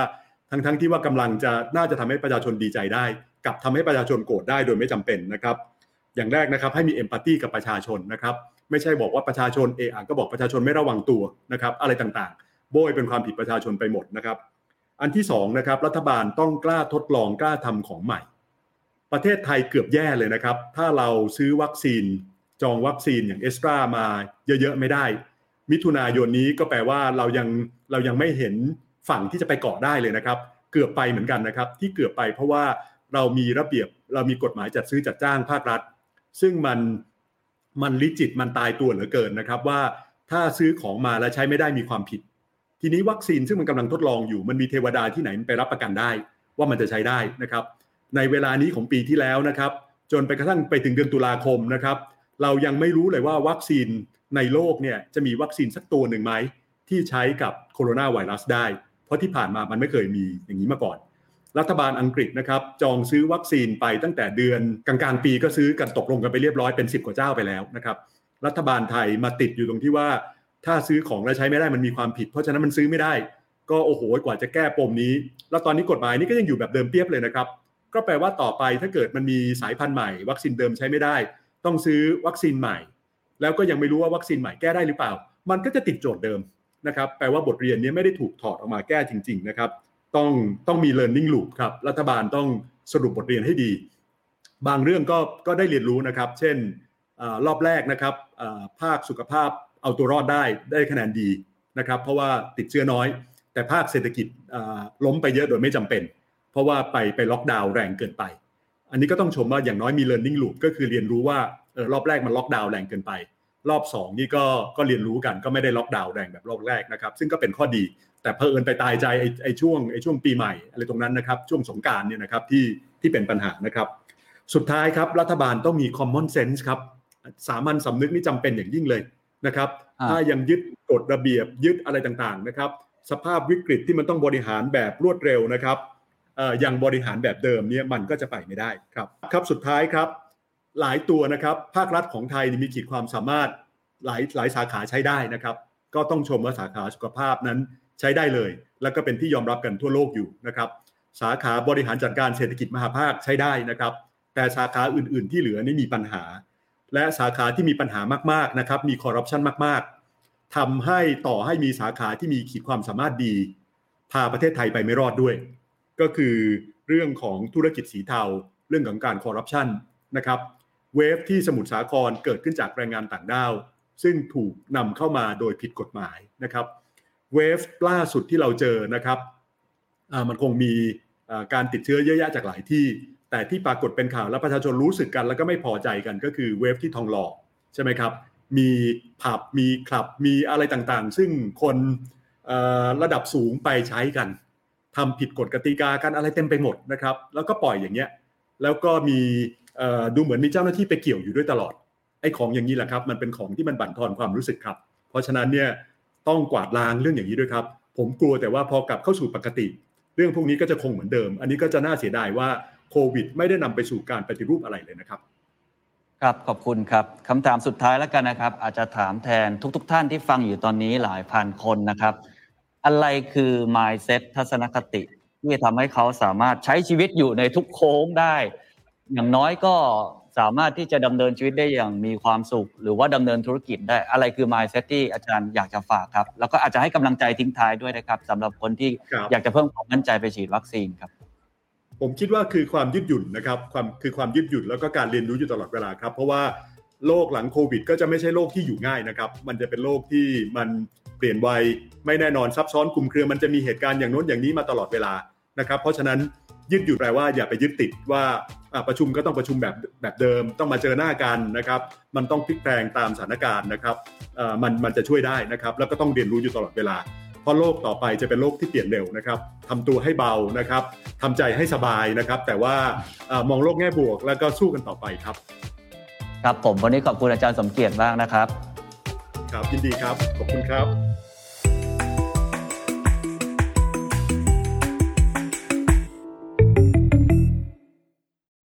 ทั้งที่ว่ากำลังจะน่าจะทำให้ประชาชนดีใจได้กับทำให้ประชาชนโกรธได้โดยไม่จำเป็นนะครับอย่างแรกนะครับให้มีเอมพาธีกับประชาชนนะครับไม่ใช่บอกว่าประชาชนก็บอกประชาชนไม่ระวังตัวนะครับอะไรต่างๆโบยเป็นความผิดประชาชนไปหมดนะครับอันที่2นะครับรัฐบาลต้องกล้าทดลองกล้าทำของใหม่ประเทศไทยเกือบแย่เลยนะครับถ้าเราซื้อวัคซีนจองวัคซีนอย่างเอสตรามาเยอะๆไม่ได้มิถุนายนนี้ก็แปลว่าเรายังไม่เห็นฝั่งที่จะไปเกาะได้เลยนะครับเกือบไปเหมือนกันนะครับที่เกือบไปเพราะว่าเรามีระเบียบเรามีกฎหมายจัดซื้อจัดจ้างภาครัฐซึ่งมันลิจิตมันตายตัวเหลือเกินนะครับว่าถ้าซื้อของมาแล้วใช้ไม่ได้มีความผิดทีนี้วัคซีนซึ่งมันกำลังทดลองอยู่มันมีเทวดาที่ไหนไปรับประกันได้ว่ามันจะใช้ได้นะครับในเวลานี้ของปีที่แล้วนะครับจนไปกระทั่งไปถึงเดือนตุลาคมนะครับเรายังไม่รู้เลยว่าวัคซีนในโลกเนี่ยจะมีวัคซีนสักตัวหนึ่งไหมที่ใช้กับโคโรนาไวรัสได้เพราะที่ผ่านมามันไม่เคยมีอย่างนี้มาก่อนรัฐบาลอังกฤษนะครับจองซื้อวัคซีนไปตั้งแต่เดือนกลางๆปีก็ซื้อกันตกลงกันไปเรียบร้อยเป็น10กว่าเจ้าไปแล้วนะครับรัฐบาลไทยมาติดอยู่ตรงที่ว่าถ้าซื้อของแล้วใช้ไม่ได้มันมีความผิดเพราะฉะนั้นมันซื้อไม่ได้ก็โอ้โหกว่าจะแก้ปมนี้แล้วตอนนี้กฎหมายนี้ก็ยังอยู่แบบเดิมเปียบเลยนะครับก็แปลว่าต่อไปถ้าเกิดมันมีสายพันธุ์ใหม่วัคซีนเดิมใช้ไม่ได้ต้องซื้อวัคซีนใหม่แล้วก็ยังไม่รู้ว่าวัคซีนใหม่แก้ได้หรือเปล่ามันก็จะติดโจทย์เดิมนะครับแปลว่าบทเรียนนี้ไม่ได้ถูกถอดออกมาแก้จริงๆนะครับต้องมี learning loop ครับรัฐบาลต้องสรุปบทเรียนให้ดีบางเรื่องก็ได้เรียนรู้นะครับเช่นรอบแรกนะครับภาคสุขภาพเอาตัวรอดได้คะแนนดีนะครับเพราะว่าติดเชื้อน้อยแต่ภาคเศรษฐกิจล้มไปเยอะโดยไม่จำเป็นเพราะว่าไปล็อกดาวน์แรงเกินไปอันนี้ก็ต้องชมว่าอย่างน้อยมี learning loop ก็คือเรียนรู้ว่ารอบแรกมันล็อกดาวน์แรงเกินไปรอบ2นี่ก็เรียนรู้กันก็ไม่ได้ล็อกดาวน์แรงแบบรอบแรกนะครับซึ่งก็เป็นข้อดีแต่เผอิญไปตายใจไอ้ช่วงปีใหม่อะไรตรงนั้นนะครับช่วงสงกรานต์เนี่ยนะครับที่เป็นปัญหานะครับสุดท้ายครับรัฐบาลต้องมี common sense ครับสามัญสำนึกนี่จำเป็นอย่างยิ่งเลยนะครับถ้ายังยึดกฎระเบียบยึดอะไรต่างๆนะครับสภาพวิกฤตที่มันต้องบริหารแบบรวดเร็วนะครับยังบริหารแบบเดิมเนี่ยมันก็จะไปไม่ได้ครับสุดท้ายครับหลายตัวนะครับภาครัฐของไทยมีขีดความสามารถหลายสาขาใช้ได้นะครับก็ต้องชมว่าสาขาสุขภาพนั้นใช้ได้เลยแล้วก็เป็นที่ยอมรับกันทั่วโลกอยู่นะครับสาขาบริหารจัดการเศรษฐกิจมหาภาคใช้ได้นะครับแต่สาขาอื่นๆที่เหลือนี่มีปัญหาและสาขาที่มีปัญหามากๆนะครับมีคอร์รัปชันมากๆทำให้ต่อให้มีสาขาที่มีขีดความสามารถดีพาประเทศไทยไปไม่รอดด้วยก็คือเรื่องของธุรกิจสีเทาเรื่องของการคอร์รัปชันนะครับเวฟที่สมุทรสาครเกิดขึ้นจากแรงงานต่างด้าวซึ่งถูกนำเข้ามาโดยผิดกฎหมายนะครับเวฟล่าสุดที่เราเจอนะครับมันคงมีการติดเชื้อเยอะแยะจากหลายที่แต่ที่ปรากฏเป็นข่าวและประชาชนรู้สึกกันแล้วก็ไม่พอใจกันก็คือเวฟที่ทองหล่อใช่ไหมครับมีผับมีคลับมีอะไรต่างๆซึ่งคนระดับสูงไปใช้กันทำผิดกฎกติกากันอะไรเต็มไปหมดนะครับแล้วก็ปล่อยอย่างเงี้ยแล้วก็มีดูเหมือนมีเจ้าหน้าที่ไปเกี่ยวอยู่ด้วยตลอดไอ้ของอย่างนี้แหละครับมันเป็นของที่มันบั่นทอนความรู้สึกครับเพราะฉะนั้นเนี่ยต้องกวาดล้างเรื่องอย่างนี้ด้วยครับผมกลัวแต่ว่าพอกลับเข้าสู่ปกติเรื่องพวกนี้ก็จะคงเหมือนเดิมอันนี้ก็จะน่าเสียดายว่าโควิดไม่ได้นำไปสู่การปฏิรูปอะไรเลยนะครับครับขอบคุณครับคำถามสุดท้ายแล้วกันนะครับอาจจะถามแทนทุกท่านที่ฟังอยู่ตอนนี้หลายพันคนนะครับอะไรคือ mindset ทัศนคติที่จะทำให้เขาสามารถใช้ชีวิตอยู่ในทุกโค้งได้อย่างน้อยก็สามารถที่จะดำเนินชีวิตได้อย่างมีความสุขหรือว่าดำเนินธุรกิจได้อะไรคือ mindset ที่อาจารย์อยากจะฝากครับแล้วก็อาจจะให้กำลังใจทิ้งท้ายด้วยนะครับสำหรับคนที่อยากจะเพิ่มความมั่นใจไปฉีดวัคซีนครับผมคิดว่าคือความยืดหยุ่นนะครับความยืดหยุ่นแล้วก็การเรียนรู้อยู่ตลอดเวลาครับเพราะว่าโลกหลังโควิดก็จะไม่ใช่โลกที่อยู่ง่ายนะครับมันจะเป็นโลกที่มันเปลี่ยนไวไม่แน่นอนซับซ้อนคลุมเครือมันจะมีเหตุการณ์อย่างโน้นอย่างนี้มาตลอดเวลานะครับเพราะฉะนั้นยืดหยุ่นแปลว่าอย่าไปยึดติดว่าประชุมก็ต้องประชุมแบบเดิมต้องมาเจอหน้ากันนะครับมันต้องพลิกแปลงตามสถานการณ์นะครับมันจะช่วยได้นะครับแล้วก็ต้องเรียนรู้อยู่ตลอดเวลาเพราะโลกต่อไปจะเป็นโลกที่เปลี่ยนเร็วนะครับทำตัวให้เบานะครับทำใจให้สบายนะครับแต่ว่ามองโลกแง่บวกแล้วก็สู้กันต่อไปครับครับผมวันนี้ขอบคุณอาจารย์สมเกียรติมากนะครับครับยินดีครับขอบคุณครับ